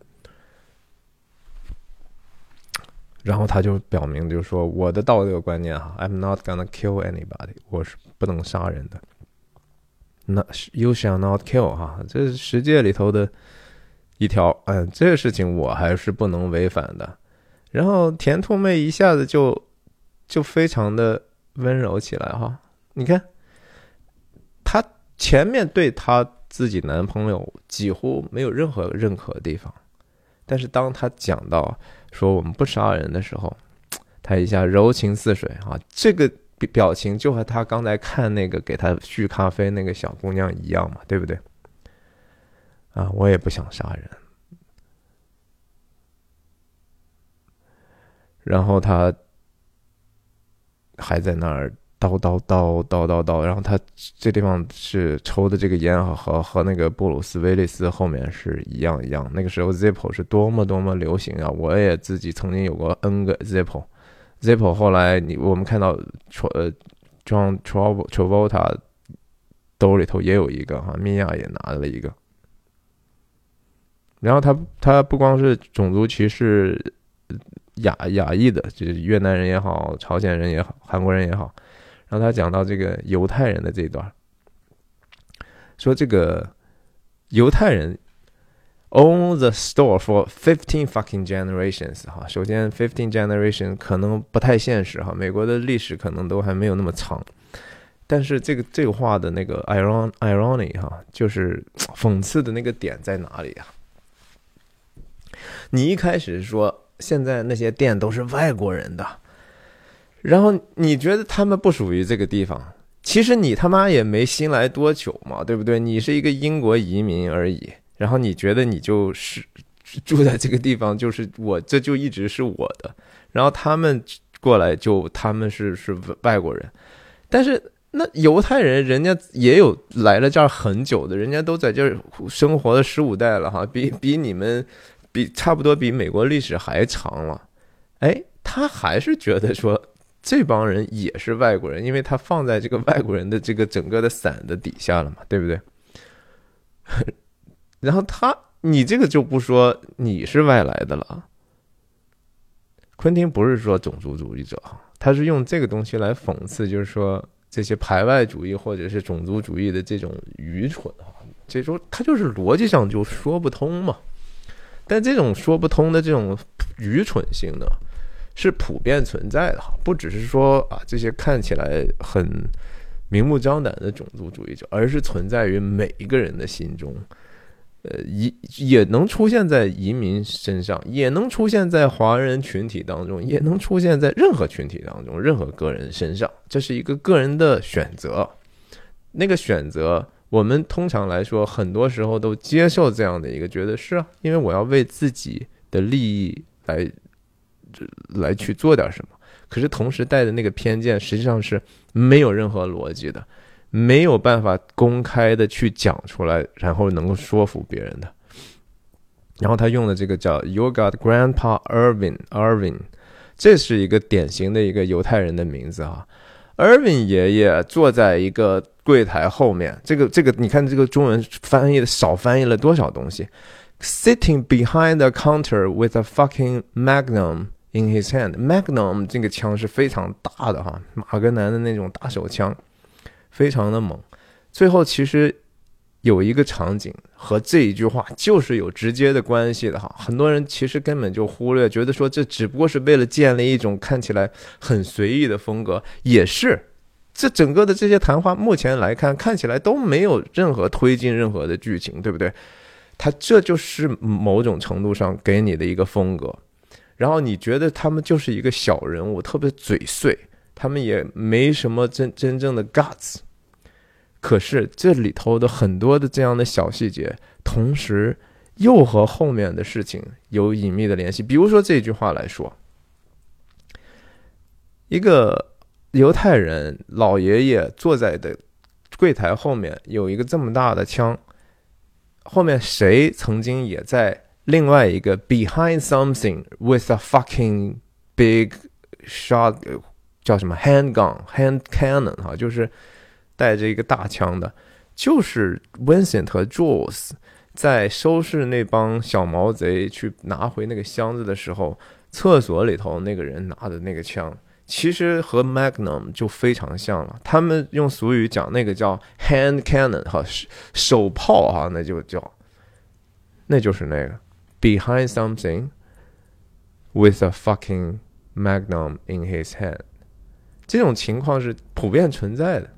然后他就表明，就是说我的道德观念哈 ，I'm not gonna kill anybody， 我是不能杀人的。那 You shall not kill 哈，这是世界里头的一条，嗯，这个事情我还是不能违反的。然后甜兔妹一下子就就非常的温柔起来哈，你看。她前面对她自己男朋友几乎没有任何认可的地方，但是当她讲到说我们不杀人的时候，她一下柔情似水啊，这个表情就和她刚才看那个给她续咖啡那个小姑娘一样嘛，对不对？啊，我也不想杀人。然后她还在那儿。叨叨叨叨叨叨，然后他这地方是抽的这个烟和和那个布鲁斯威利斯后面是一样一样。那个时候 Zippo 是多么多么流行啊！我也自己曾经有过 N 个 Zippo，Zippo 后来你我们看到呃 John Travolta 兜里头也有一个哈，米娅也拿了一个。然后他他不光是种族歧视亚亚裔的，就是越南人也好，朝鲜人也好，韩国人也好。然后他讲到这个犹太人的这一段，说这个犹太人 own the store for fifteen fucking generations 哈，首先 fifteen generation 可能不太现实哈，美国的历史可能都还没有那么长，但是这个这个话的那个 iron irony 哈，就是讽刺的那个点在哪里啊？你一开始说现在那些店都是外国人的。然后你觉得他们不属于这个地方，其实你他妈也没新来多久嘛，对不对？你是一个英国移民而已，然后你觉得你就是住在这个地方，就是我这就一直是我的，然后他们过来就他们是是外国人，但是那犹太人人家也有来了这儿很久的，人家都在这儿生活了十五代了哈，比比你们比差不多比美国历史还长了，哎，他还是觉得说。这帮人也是外国人，因为他放在这个外国人的这个整个的伞的底下了嘛，对不对？然后他，你这个就不说你是外来的了。昆汀不是说种族主义者，他是用这个东西来讽刺，就是说这些排外主义或者是种族主义的这种愚蠢啊，这种它就是逻辑上就说不通嘛。但这种说不通的这种愚蠢性呢，是普遍存在的，不只是说啊这些看起来很明目张胆的种族主义者，而是存在于每一个人的心中。呃，也也能出现在移民身上，也能出现在华人群体当中，也能出现在任何群体当中，任何个人身上。这是一个个人的选择，那个选择，我们通常来说，很多时候都接受这样的一个，觉得是啊，因为我要为自己的利益来来去做点什么。可是同时带的那个偏见，实际上是没有任何逻辑的。没有办法公开的去讲出来，然后能够说服别人的。然后他用的这个叫 You got Grandpa Irvin Irvin， 这是一个典型的一个犹太人的名字啊。Irvin 爷爷坐在一个柜台后面，这个这个你看这个中文翻译的少翻译了多少东西。Sitting behind the counter with a fucking Magnum in his hand。 Magnum 这个枪是非常大的哈，马格南的那种大手枪。非常的猛。最后其实有一个场景和这一句话就是有直接的关系的哈，很多人其实根本就忽略，觉得说这只不过是为了建立一种看起来很随意的风格，也是这整个的这些谈话目前来看看起来都没有任何推进任何的剧情，对不对？他这就是某种程度上给你的一个风格，然后你觉得他们就是一个小人物，特别嘴碎，他们也没什么真真正的 guts， 可是这里头的很多的这样的小细节，同时又和后面的事情有隐秘的联系。比如说这句话来说，一个犹太人老爷爷坐在的柜台后面有一个这么大的枪，后面谁曾经也在另外一个 behind something with a fucking big shot，叫什么 handgun hand cannon 哈，就是带着一个大枪的，就是 Vincent 和 Jules 在收拾那帮小毛贼去拿回那个箱子的时候，厕所里头那个人拿的那个枪，其实和 Magnum 就非常像了。他们用俗语讲那个叫 hand cannon 哈，手炮哈，那就叫那就是那个 behind something with a fucking Magnum in his hand。这种情况是普遍存在的。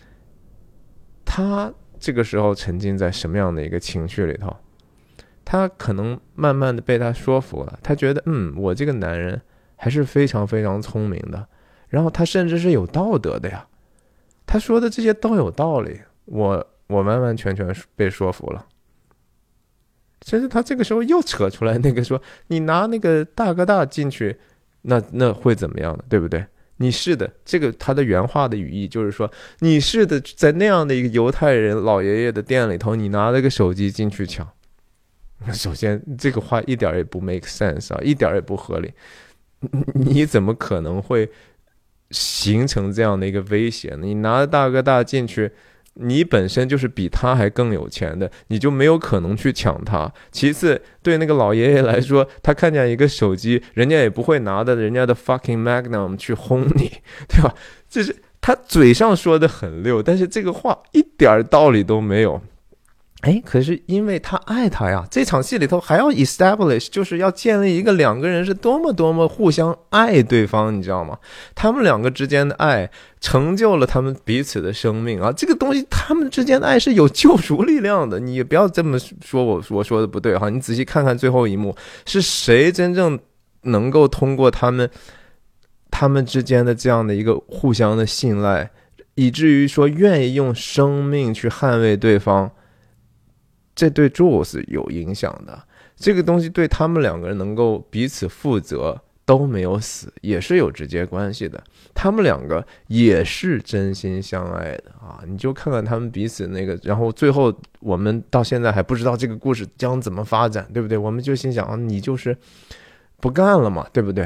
他这个时候沉浸在什么样的一个情绪里头？他可能慢慢的被他说服了，他觉得嗯，我这个男人还是非常非常聪明的，然后他甚至是有道德的呀，他说的这些都有道理，我我完完全全被说服了。甚至他这个时候又扯出来那个说，你拿那个大哥大进去，那那会怎么样的，对不对？你是的，这个他的原话的语义就是说，你是的，在那样的一个犹太人老爷爷的店里头，你拿了个手机进去抢。首先，这个话一点也不 make sense 啊，一点也不合理。你怎么可能会形成这样的一个威胁呢？你拿大哥大进去，你本身就是比他还更有钱的，你就没有可能去抢他。其次，对那个老爷爷来说，他看见一个手机，人家也不会拿的人家的 fucking Magnum 去轰你，对吧？就是他嘴上说的很溜，但是这个话一点道理都没有。哎，可是因为他爱他呀，这场戏里头还要 establish， 就是要建立一个两个人是多么多么互相爱对方，你知道吗？他们两个之间的爱成就了他们彼此的生命啊！这个东西，他们之间的爱是有救赎力量的。你也不要这么说我，我说的不对哈。你仔细看看最后一幕，是谁真正能够通过他们他们之间的这样的一个互相的信赖，以至于说愿意用生命去捍卫对方？这对 Jules 有影响的，这个东西对他们两个人能够彼此负责都没有死，也是有直接关系的。他们两个也是真心相爱的啊！你就看看他们彼此那个，然后最后我们到现在还不知道这个故事将怎么发展，对不对？我们就心想啊，你就是不干了嘛，对不对？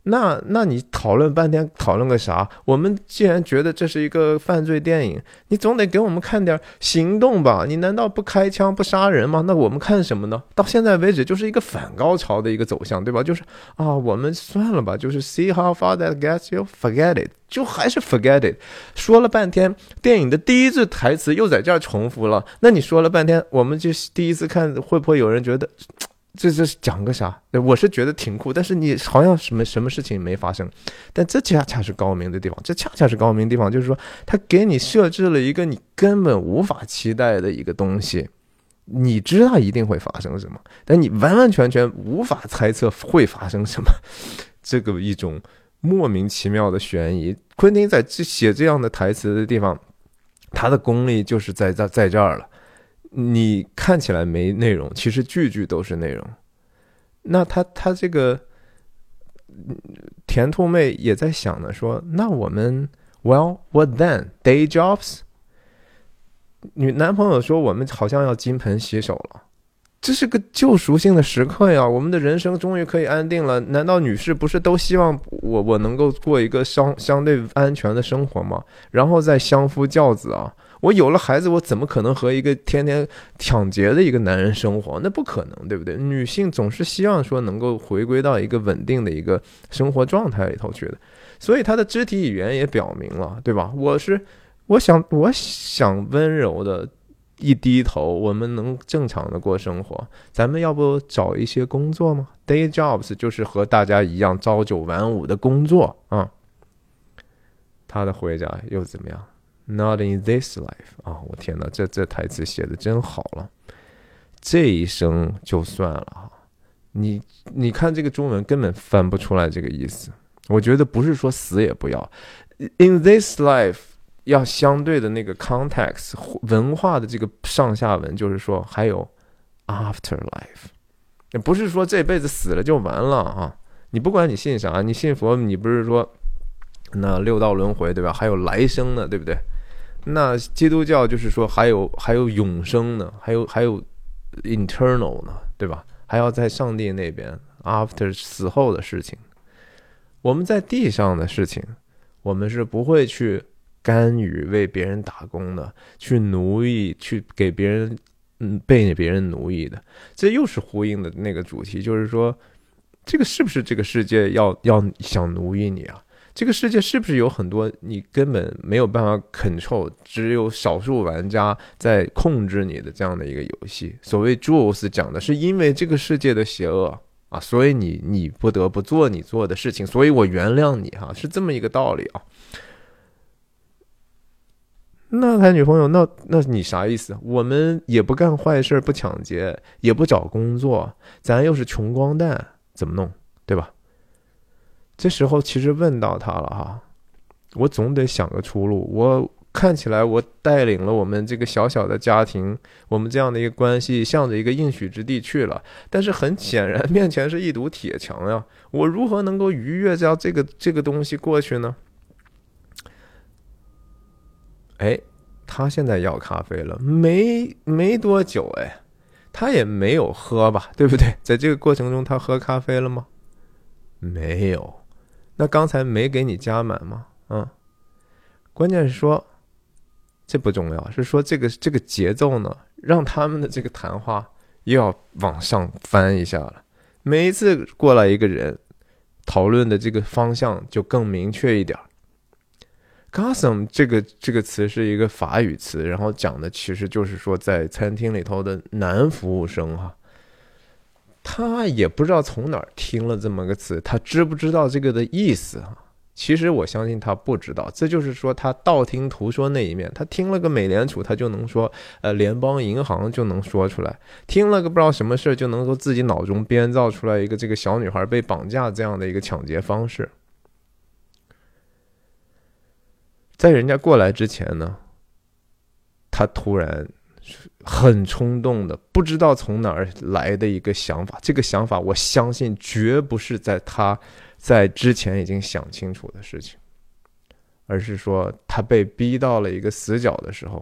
那那你讨论半天，讨论个啥？我们既然觉得这是一个犯罪电影，你总得给我们看点行动吧？你难道不开枪不杀人吗？那我们看什么呢？到现在为止就是一个反高潮的一个走向，对吧？就是啊，我们算了吧，就是 see how far that gets you, forget it， 就还是 forget it。说了半天，电影的第一句台词又在这儿重复了。那你说了半天，我们就第一次看，会不会有人觉得？这这是讲个啥？我是觉得挺酷，但是你好像什么什么事情没发生，但这恰恰是高明的地方，这恰恰是高明的地方，就是说他给你设置了一个你根本无法期待的一个东西，你知道一定会发生什么，但你完完全全无法猜测会发生什么，这个一种莫名其妙的悬疑。昆汀在写这样的台词的地方，他的功力就是在在在这儿了。你看起来没内容，其实句句都是内容。那他他这个甜兔妹也在想呢，说那我们 well what then day jobs？ 女男朋友说我们好像要金盆洗手了，这是个救赎性的时刻呀！我们的人生终于可以安定了。难道女士不是都希望我我能够过一个相相对安全的生活吗？然后再相夫教子啊！我有了孩子，我怎么可能和一个天天抢劫的一个男人生活？那不可能，对不对？女性总是希望说能够回归到一个稳定的一个生活状态里头去的，所以她的肢体语言也表明了，对吧？我是我想我想温柔的一低头，我们能正常的过生活。咱们要不找一些工作吗？ Day jobs 就是和大家一样朝九晚五的工作啊。他的回答又怎么样？Not in this life 啊！我天哪，这这台词写的真好了，这一生就算了哈。你你看这个中文根本翻不出来这个意思。我觉得不是说死也不要 ，in this life 要相对的那个 context 文化的这个上下文，就是说还有 after life， 也不是说这辈子死了就完了啊。你不管你信啥，你信佛，你不是说那六道轮回对吧？还有来生呢，对不对？那基督教就是说还有还有永生呢，还有还有 internal 呢，对吧？还要在上帝那边 after 死后的事情。我们在地上的事情，我们是不会去干预为别人打工的，去奴役，去给别人嗯被别人奴役的。这又是呼应的那个主题，就是说这个是不是这个世界要要想奴役你啊？这个世界是不是有很多你根本没有办法 control， 只有少数玩家在控制你的这样的一个游戏？所谓 Jules 讲的是因为这个世界的邪恶啊，所以你你不得不做你做的事情，所以我原谅你哈、啊，是这么一个道理啊。那他女朋友，那那你啥意思？我们也不干坏事，不抢劫，也不找工作，咱又是穷光蛋，怎么弄？对吧？这时候其实问到他了哈，我总得想个出路。我看起来我带领了我们这个小小的家庭，我们这样的一个关系，向着一个应许之地去了。但是很显然，面前是一堵铁墙呀，我如何能够逾越掉这个这个东西过去呢？哎，他现在要咖啡了，没没多久，哎，他也没有喝吧，对不对？在这个过程中，他喝咖啡了吗？没有。那刚才没给你加满吗？嗯，关键是说，这不重要，是说这个这个节奏呢，让他们的这个谈话又要往上翻一下了。每一次过来一个人，讨论的这个方向就更明确一点。Garçon 这个这个词是一个法语词，然后讲的其实就是说在餐厅里头的男服务生哈。他也不知道从哪儿听了这么个词，他知不知道这个的意思啊？其实我相信他不知道，这就是说他道听途说那一面，他听了个美联储他就能说，呃，联邦银行就能说出来，听了个不知道什么事就能够自己脑中编造出来一个这个小女孩被绑架这样的一个抢劫方式。在人家过来之前呢，他突然很冲动的，不知道从哪儿来的一个想法，这个想法我相信绝不是在他在之前已经想清楚的事情，而是说他被逼到了一个死角的时候，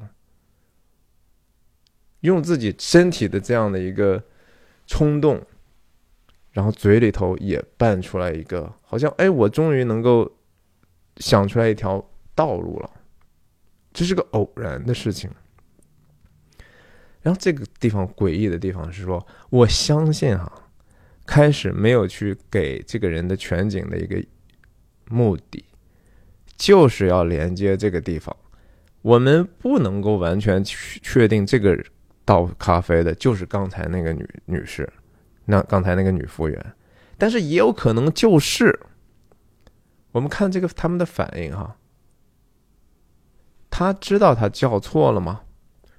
用自己身体的这样的一个冲动， 然后嘴里头也扮出来一个，好像哎，我终于能够想出来一条道路了，这是个偶然的事情。然后这个地方诡异的地方是说，我相信哈，开始没有去给这个人的全景的一个目的，就是要连接这个地方。我们不能够完全确定这个倒咖啡的就是刚才那个女女士，那刚才那个女服务员，但是也有可能就是。我们看这个他们的反应哈，他知道他叫错了吗？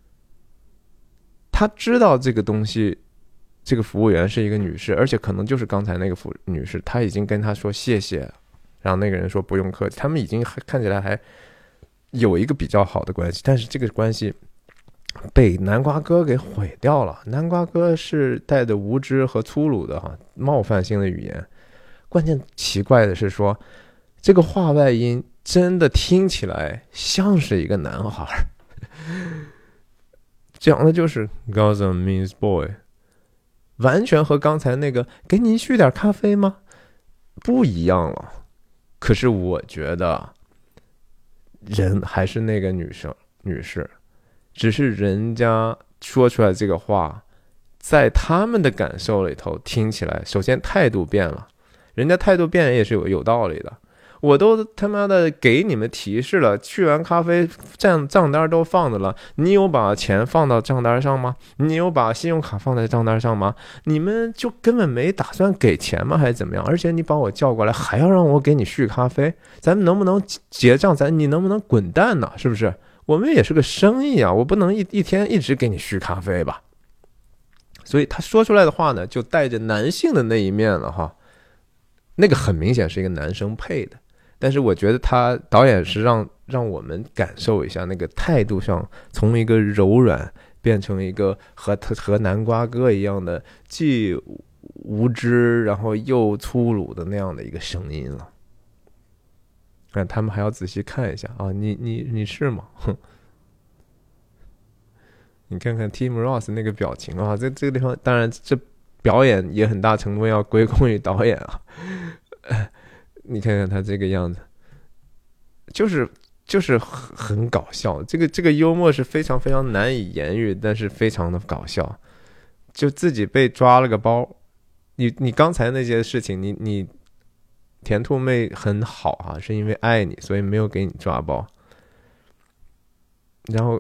他知道这个东西，这个服务员是一个女士，而且可能就是刚才那个服女士，她已经跟他说谢谢，然后那个人说不用客气，他们已经看起来还有一个比较好的关系，但是这个关系被南瓜哥给毁掉了。南瓜哥是带着无知和粗鲁的哈冒犯性的语言，关键奇怪的是说，这个话外音真的听起来像是一个男孩。讲的就是 Gotham means boy， 完全和刚才那个给您续点咖啡吗不一样了。可是我觉得人还是那个女生女士，只是人家说出来这个话，在他们的感受里头听起来，首先态度变了，人家态度变也是有有道理的。我都他妈的给你们提示了，去完咖啡账账单都放着了，你有把钱放到账单上吗？你有把信用卡放在账单上吗？你们就根本没打算给钱吗？还是怎么样？而且你把我叫过来，还要让我给你续咖啡，咱们能不能结账？咱你能不能滚蛋呢？是不是？我们也是个生意啊，我不能一一天一直给你续咖啡吧？所以他说出来的话呢，就带着男性的那一面了哈。那个很明显是一个男生配的。但是我觉得他导演是让让我们感受一下那个态度上，从一个柔软变成一个和和南瓜哥一样的既无知然后又粗鲁的那样的一个声音了。但他们还要仔细看一下啊，你你你是吗？哼，你看看 Tim Ross 那个表情啊，在这个地方，当然这表演也很大程度要归功于导演啊。你看看他这个样子，就是就是很搞笑。这个这个幽默是非常非常难以言喻，但是非常的搞笑。就自己被抓了个包，你你刚才那些事情，你你甜兔妹很好啊，是因为爱你，所以没有给你抓包。然后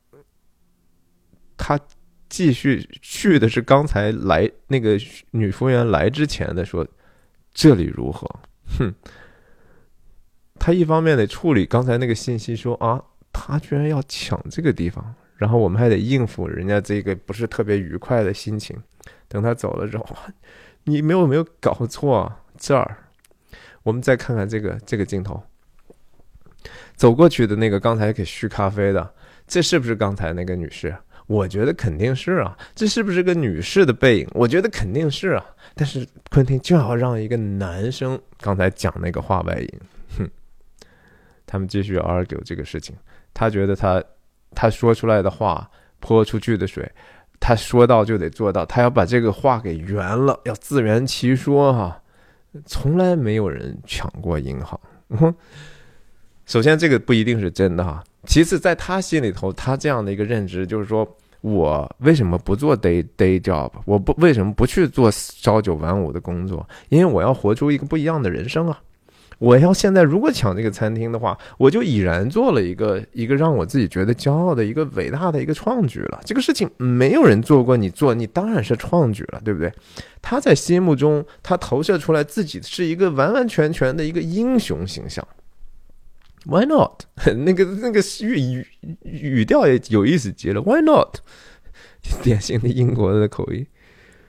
他继续去的是刚才来那个女服务员来之前的说，这里如何？哼，他一方面得处理刚才那个信息说啊，他居然要抢这个地方，然后我们还得应付人家这个不是特别愉快的心情。等他走了之后，你没有没有搞错啊？这儿，我们再看看这个这个镜头，走过去的那个刚才给续咖啡的，这是不是刚才那个女士？我觉得肯定是啊。这是不是个女士的背影？我觉得肯定是啊。但是昆汀就要让一个男生刚才讲那个话外音，哼，他们继续 argue 这个事情。他觉得他他说出来的话泼出去的水，他说到就得做到，他要把这个话给圆了，要自圆其说哈。从来没有人抢过银行。首先这个不一定是真的哈，其次在他心里头，他这样的一个认知就是说，我为什么不做 day day job， 我不为什么不去做朝九晚五的工作？因为我要活出一个不一样的人生啊。我要现在如果抢这个餐厅的话，我就已然做了一个一个让我自己觉得骄傲的一个伟大的一个创举了。这个事情没有人做过，你做你当然是创举了，对不对？他在心目中他投射出来自己是一个完完全全的一个英雄形象。Why not？ 那个那个语语语调也有意思极了。Why not？ 典型的英国的口音。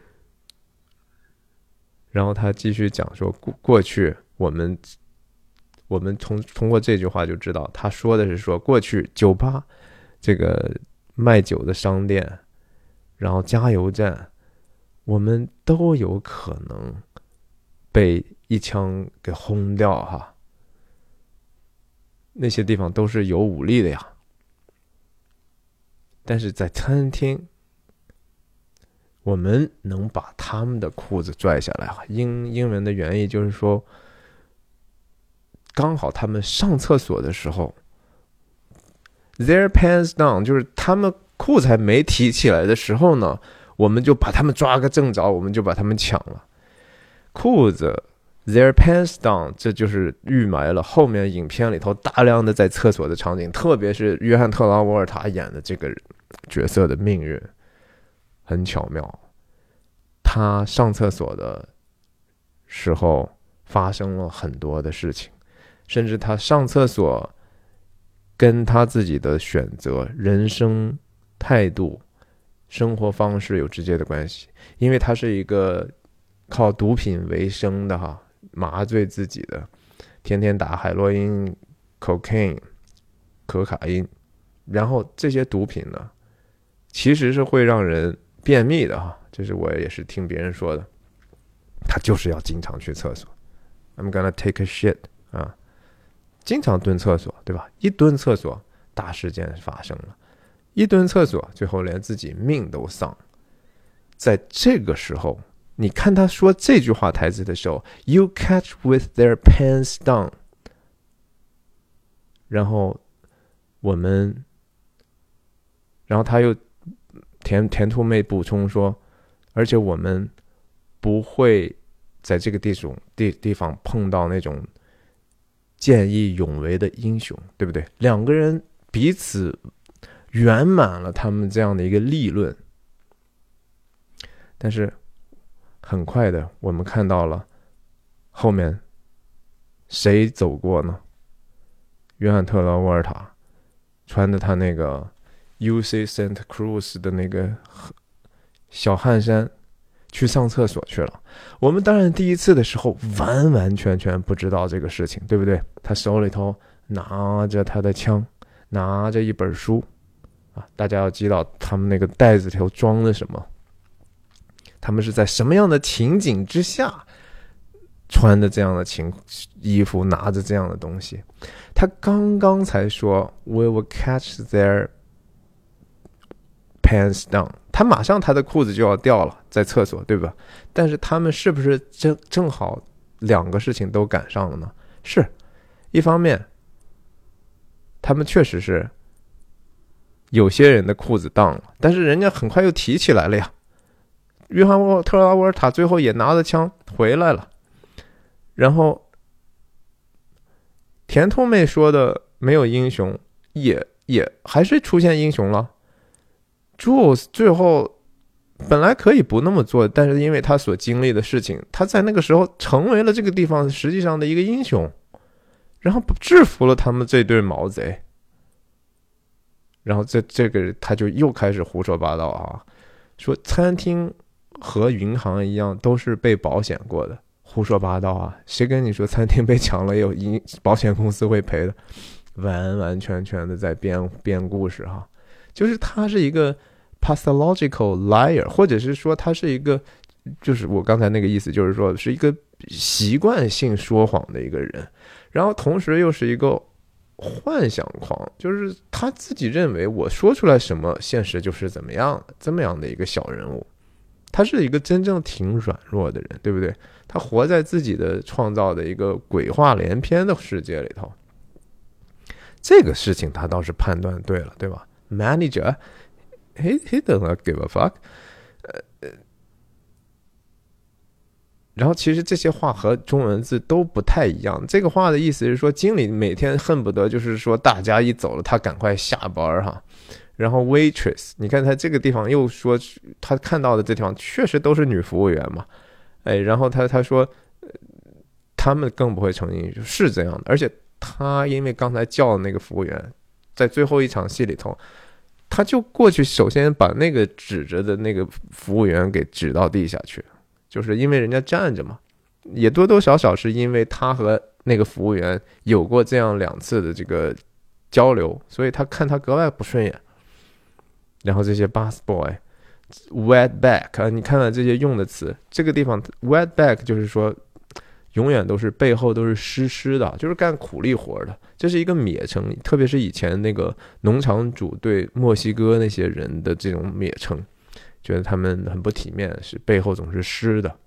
然后他继续讲说，过过去我们我们从通过这句话就知道，他说的是说，过去酒吧这个卖酒的商店，然后加油站，我们都有可能被一枪给轰掉哈。那些地方都是有武力的呀，但是在餐厅， 我们能把他们的裤子拽下来。英英文的原意就是说，刚好他们上厕所的时候 their pants down， 就是他们裤子还没提起来的时候呢，我们就把他们抓个正着，我们就把他们抢了。裤子 their pants down， 这就是预埋了后面影片里头大量的在厕所的场景，特别是约翰特拉沃尔塔演的这个角色的命运很巧妙。他上厕所的时候发生了很多的事情，甚至他上厕所跟他自己的选择、人生态度、生活方式有直接的关系。因为他是一个靠毒品为生的哈，麻醉自己的，天天打海洛因、cocaine、可卡因，然后这些毒品呢，其实是会让人便秘的哈，这是我也是听别人说的。他就是要经常去厕所 ，I'm gonna take a shit 啊，经常蹲厕所，对吧？一蹲厕所，大事件发生了。一蹲厕所，最后连自己命都丧。在这个时候，你看他说这句话台词的时候 ，You catch with their pants down， 然后我们，然后他又田田兔妹补充说，而且我们不会在这个地种地地方碰到那种见义勇为的英雄，对不对？两个人彼此圆满了他们这样的一个立论，但是很快的我们看到了后面谁走过呢？约翰特拉沃尔塔穿着他那个 U C Santa Cruz 的那个小汗衫去上厕所去了。我们当然第一次的时候完完全全不知道这个事情，对不对？他手里头拿着他的枪，拿着一本书啊，大家要知道他们那个袋子里头装了什么，他们是在什么样的情景之下穿的这样的情衣服，拿着这样的东西。他刚刚才说 We will catch their pants down， 他马上他的裤子就要掉了，在厕所，对吧？但是他们是不是正正好两个事情都赶上了呢？是，一方面他们确实是有些人的裤子当了，但是人家很快又提起来了呀。约翰特拉沃尔塔最后也拿着枪回来了，然后甜兔妹说的没有英雄，也也还是出现英雄了。Jules 最后本来可以不那么做，但是因为他所经历的事情，他在那个时候成为了这个地方实际上的一个英雄，然后制服了他们这对毛贼。然后这这个他就又开始胡说八道啊，说餐厅和银行一样都是被保险过的，胡说八道啊！谁跟你说餐厅被抢了有保险公司会赔的？完完全全的在编编故事哈，就是他是一个 pathological liar， 或者是说他是一个，就是我刚才那个意思，就是说是一个习惯性说谎的一个人，然后同时又是一个幻想狂，就是他自己认为我说出来什么，现实就是怎么样的，这么样的一个小人物。他是一个真正挺软弱的人，对不对？他活在自己的创造的一个鬼话连篇的世界里头。这个事情他倒是判断对了，对吧？ Manager he, he doesn't give a fuck、呃、然后其实这些话和中文字都不太一样。这个话的意思是说，经理每天恨不得就是说大家一走了他赶快下班哈。然后 waitress， 你看他这个地方又说他看到的这地方确实都是女服务员嘛，哎，然后他他说、呃、他们更不会承认是这样的，而且他因为刚才叫的那个服务员在最后一场戏里头，他就过去首先把那个指着的那个服务员给指到地下去，就是因为人家站着嘛，也多多少少是因为他和那个服务员有过这样两次的这个交流，所以他看他格外不顺眼。然后这些 bus boy、wet back 啊，你看看这些用的词，这个地方 wet back 就是说永远都是背后都是湿湿的，就是干苦力活的，这是一个蔑称，特别是以前那个农场主对墨西哥那些人的这种蔑称， 觉得他们很不体面，是背后总是湿的。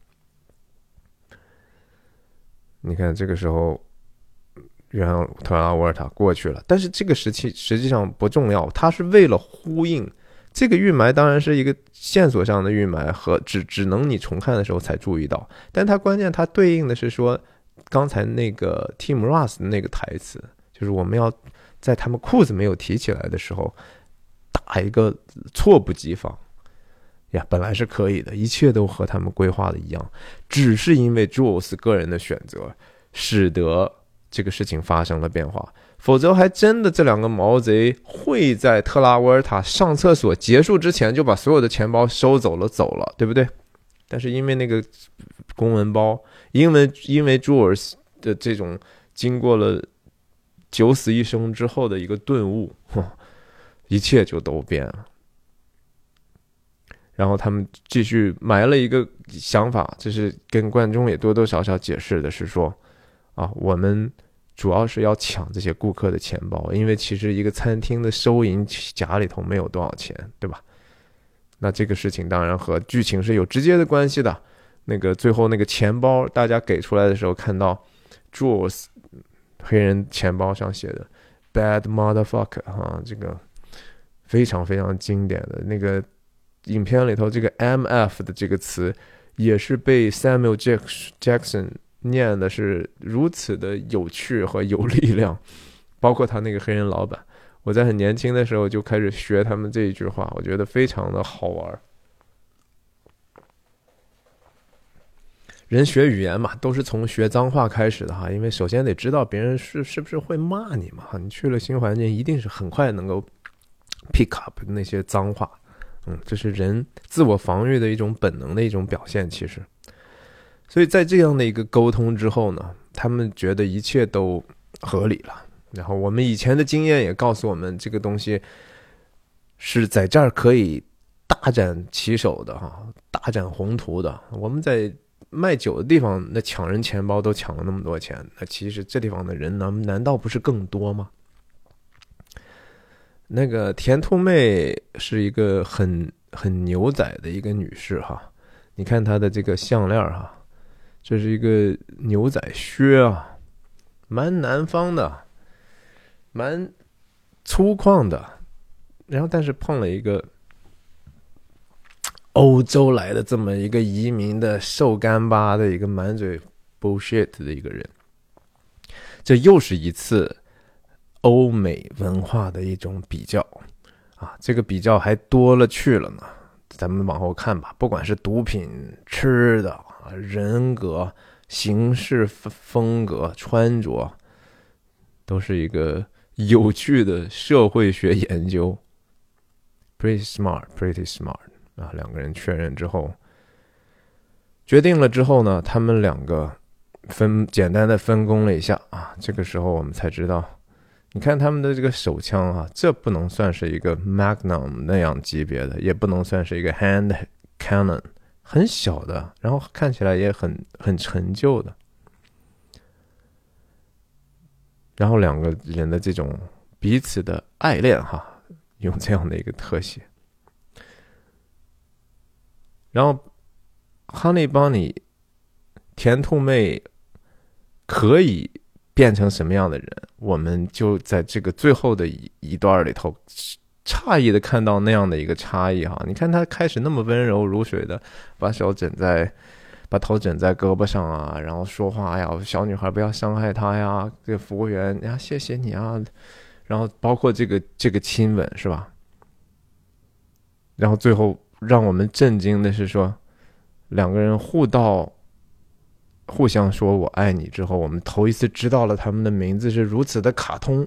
你看这个时候，让特拉沃尔塔过去了，但是这个时期实际上不重要，它是为了呼应这个预埋，当然是一个线索上的预埋，和只只能你重看的时候才注意到，但它关键它对应的是说刚才那个 Tim Ross 的那个台词，就是我们要在他们裤子没有提起来的时候打一个猝不及防呀，本来是可以的，一切都和他们规划的一样，只是因为 Jules 个人的选择使得这个事情发生了变化，否则还真的这两个毛贼会在特拉沃尔塔上厕所结束之前就把所有的钱包收走了走了，对不对？但是因为那个公文包，因为因为 Jules 的这种经过了九死一生之后的一个顿悟，一切就都变了。然后他们继续埋了一个想法，这是跟观众也多多少少解释的，是说啊，我们主要是要抢这些顾客的钱包，因为其实一个餐厅的收银夹里头没有多少钱，对吧？那这个事情当然和剧情是有直接的关系的。那个最后那个钱包大家给出来的时候，看到 Jules 黑人钱包上写的 Bad Motherfucker 哈，这个非常非常经典的那个影片里头，这个 M F 的这个词也是被 Samuel Jackson 念的是如此的有趣和有力量，包括他那个黑人老板，我在很年轻的时候就开始学他们这一句话，我觉得非常的好玩。人学语言嘛，都是从学脏话开始的哈，因为首先得知道别人是是不是会骂你嘛，你去了新环境，一定是很快能够 pick up 那些脏话，嗯，这是人自我防御的一种本能的一种表现，其实。所以在这样的一个沟通之后呢，他们觉得一切都合理了。然后我们以前的经验也告诉我们，这个东西是在这儿可以大展旗手的哈，大展宏图的。我们在卖酒的地方，那抢人钱包都抢了那么多钱，那其实这地方的人难难道不是更多吗？那个田兔妹是一个很很牛仔的一个女士哈，你看她的这个项链哈，这是一个牛仔靴啊，蛮南方的，蛮粗犷的，然后但是碰了一个欧洲来的这么一个移民的瘦干巴的一个满嘴 bullshit 的一个人，这又是一次欧美文化的一种比较啊，这个比较还多了去了呢。咱们往后看吧，不管是毒品、吃的、人格、行事风格、穿着，都是一个有趣的社会学研究。Pretty smart, pretty smart 啊，两个人确认之后，决定了之后呢，他们两个分简单的分工了一下啊。这个时候我们才知道，你看他们的这个手枪啊，这不能算是一个 Magnum 那样级别的，也不能算是一个 Hand Cannon， 很小的，然后看起来也很很陈旧的。然后两个人的这种彼此的爱恋哈，用这样的一个特写。然后 Honey Bunny 甜兔妹可以变成什么样的人，我们就在这个最后的一一段里头诧异的看到那样的一个差异哈。你看他开始那么温柔如水的把手枕在把头枕在胳膊上啊，然后说话呀，小女孩不要伤害她呀，这个服务员呀谢谢你啊，然后包括这个这个亲吻是吧？然后最后让我们震惊的是说，两个人互道互相说我爱你之后，我们头一次知道了他们的名字是如此的卡通。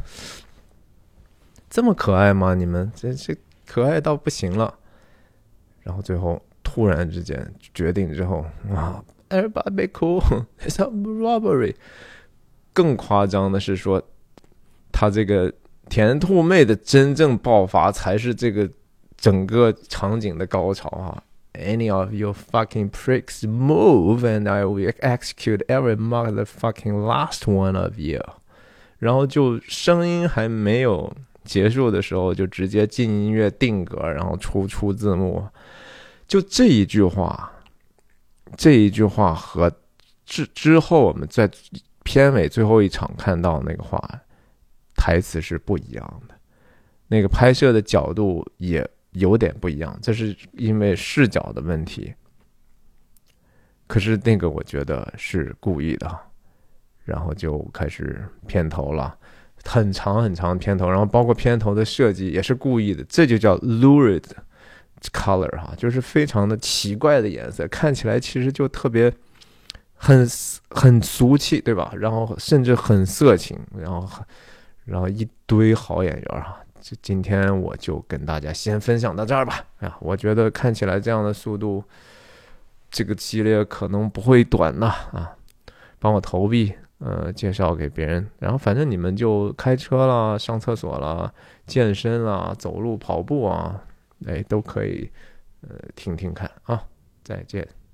这么可爱吗？你们真是可爱到不行了。然后最后突然之间决定之后啊 ，Everybody be cool, it's a robbery。更夸张的是说，他这个甜兔妹的真正爆发才是这个整个场景的高潮啊。Any of you fucking pricks move and I will execute every motherfucking last one of you。 然后就声音还没有结束的时候就直接进音乐定格，然后出出字幕， 就这一句话，这一句话和之之后我们在片尾最后一场看到那个话台词是不一样的，那个拍摄的角度也有点不一样，这是因为视角的问题。可是那个我觉得是故意的，然后就开始片头了，很长很长的片头，然后包括片头的设计也是故意的，这就叫 lurid color 哈，就是非常的奇怪的颜色，看起来其实就特别很很俗气，对吧？然后甚至很色情，然后然后一堆好演员哈。就今天我就跟大家先分享到这儿吧。哎呀，我觉得看起来这样的速度，这个系列可能不会短了啊！帮我投币，呃，介绍给别人，然后反正你们就开车啦、上厕所啦、健身啦、走路、跑步啊，哎，都可以，呃，听听看啊。再见。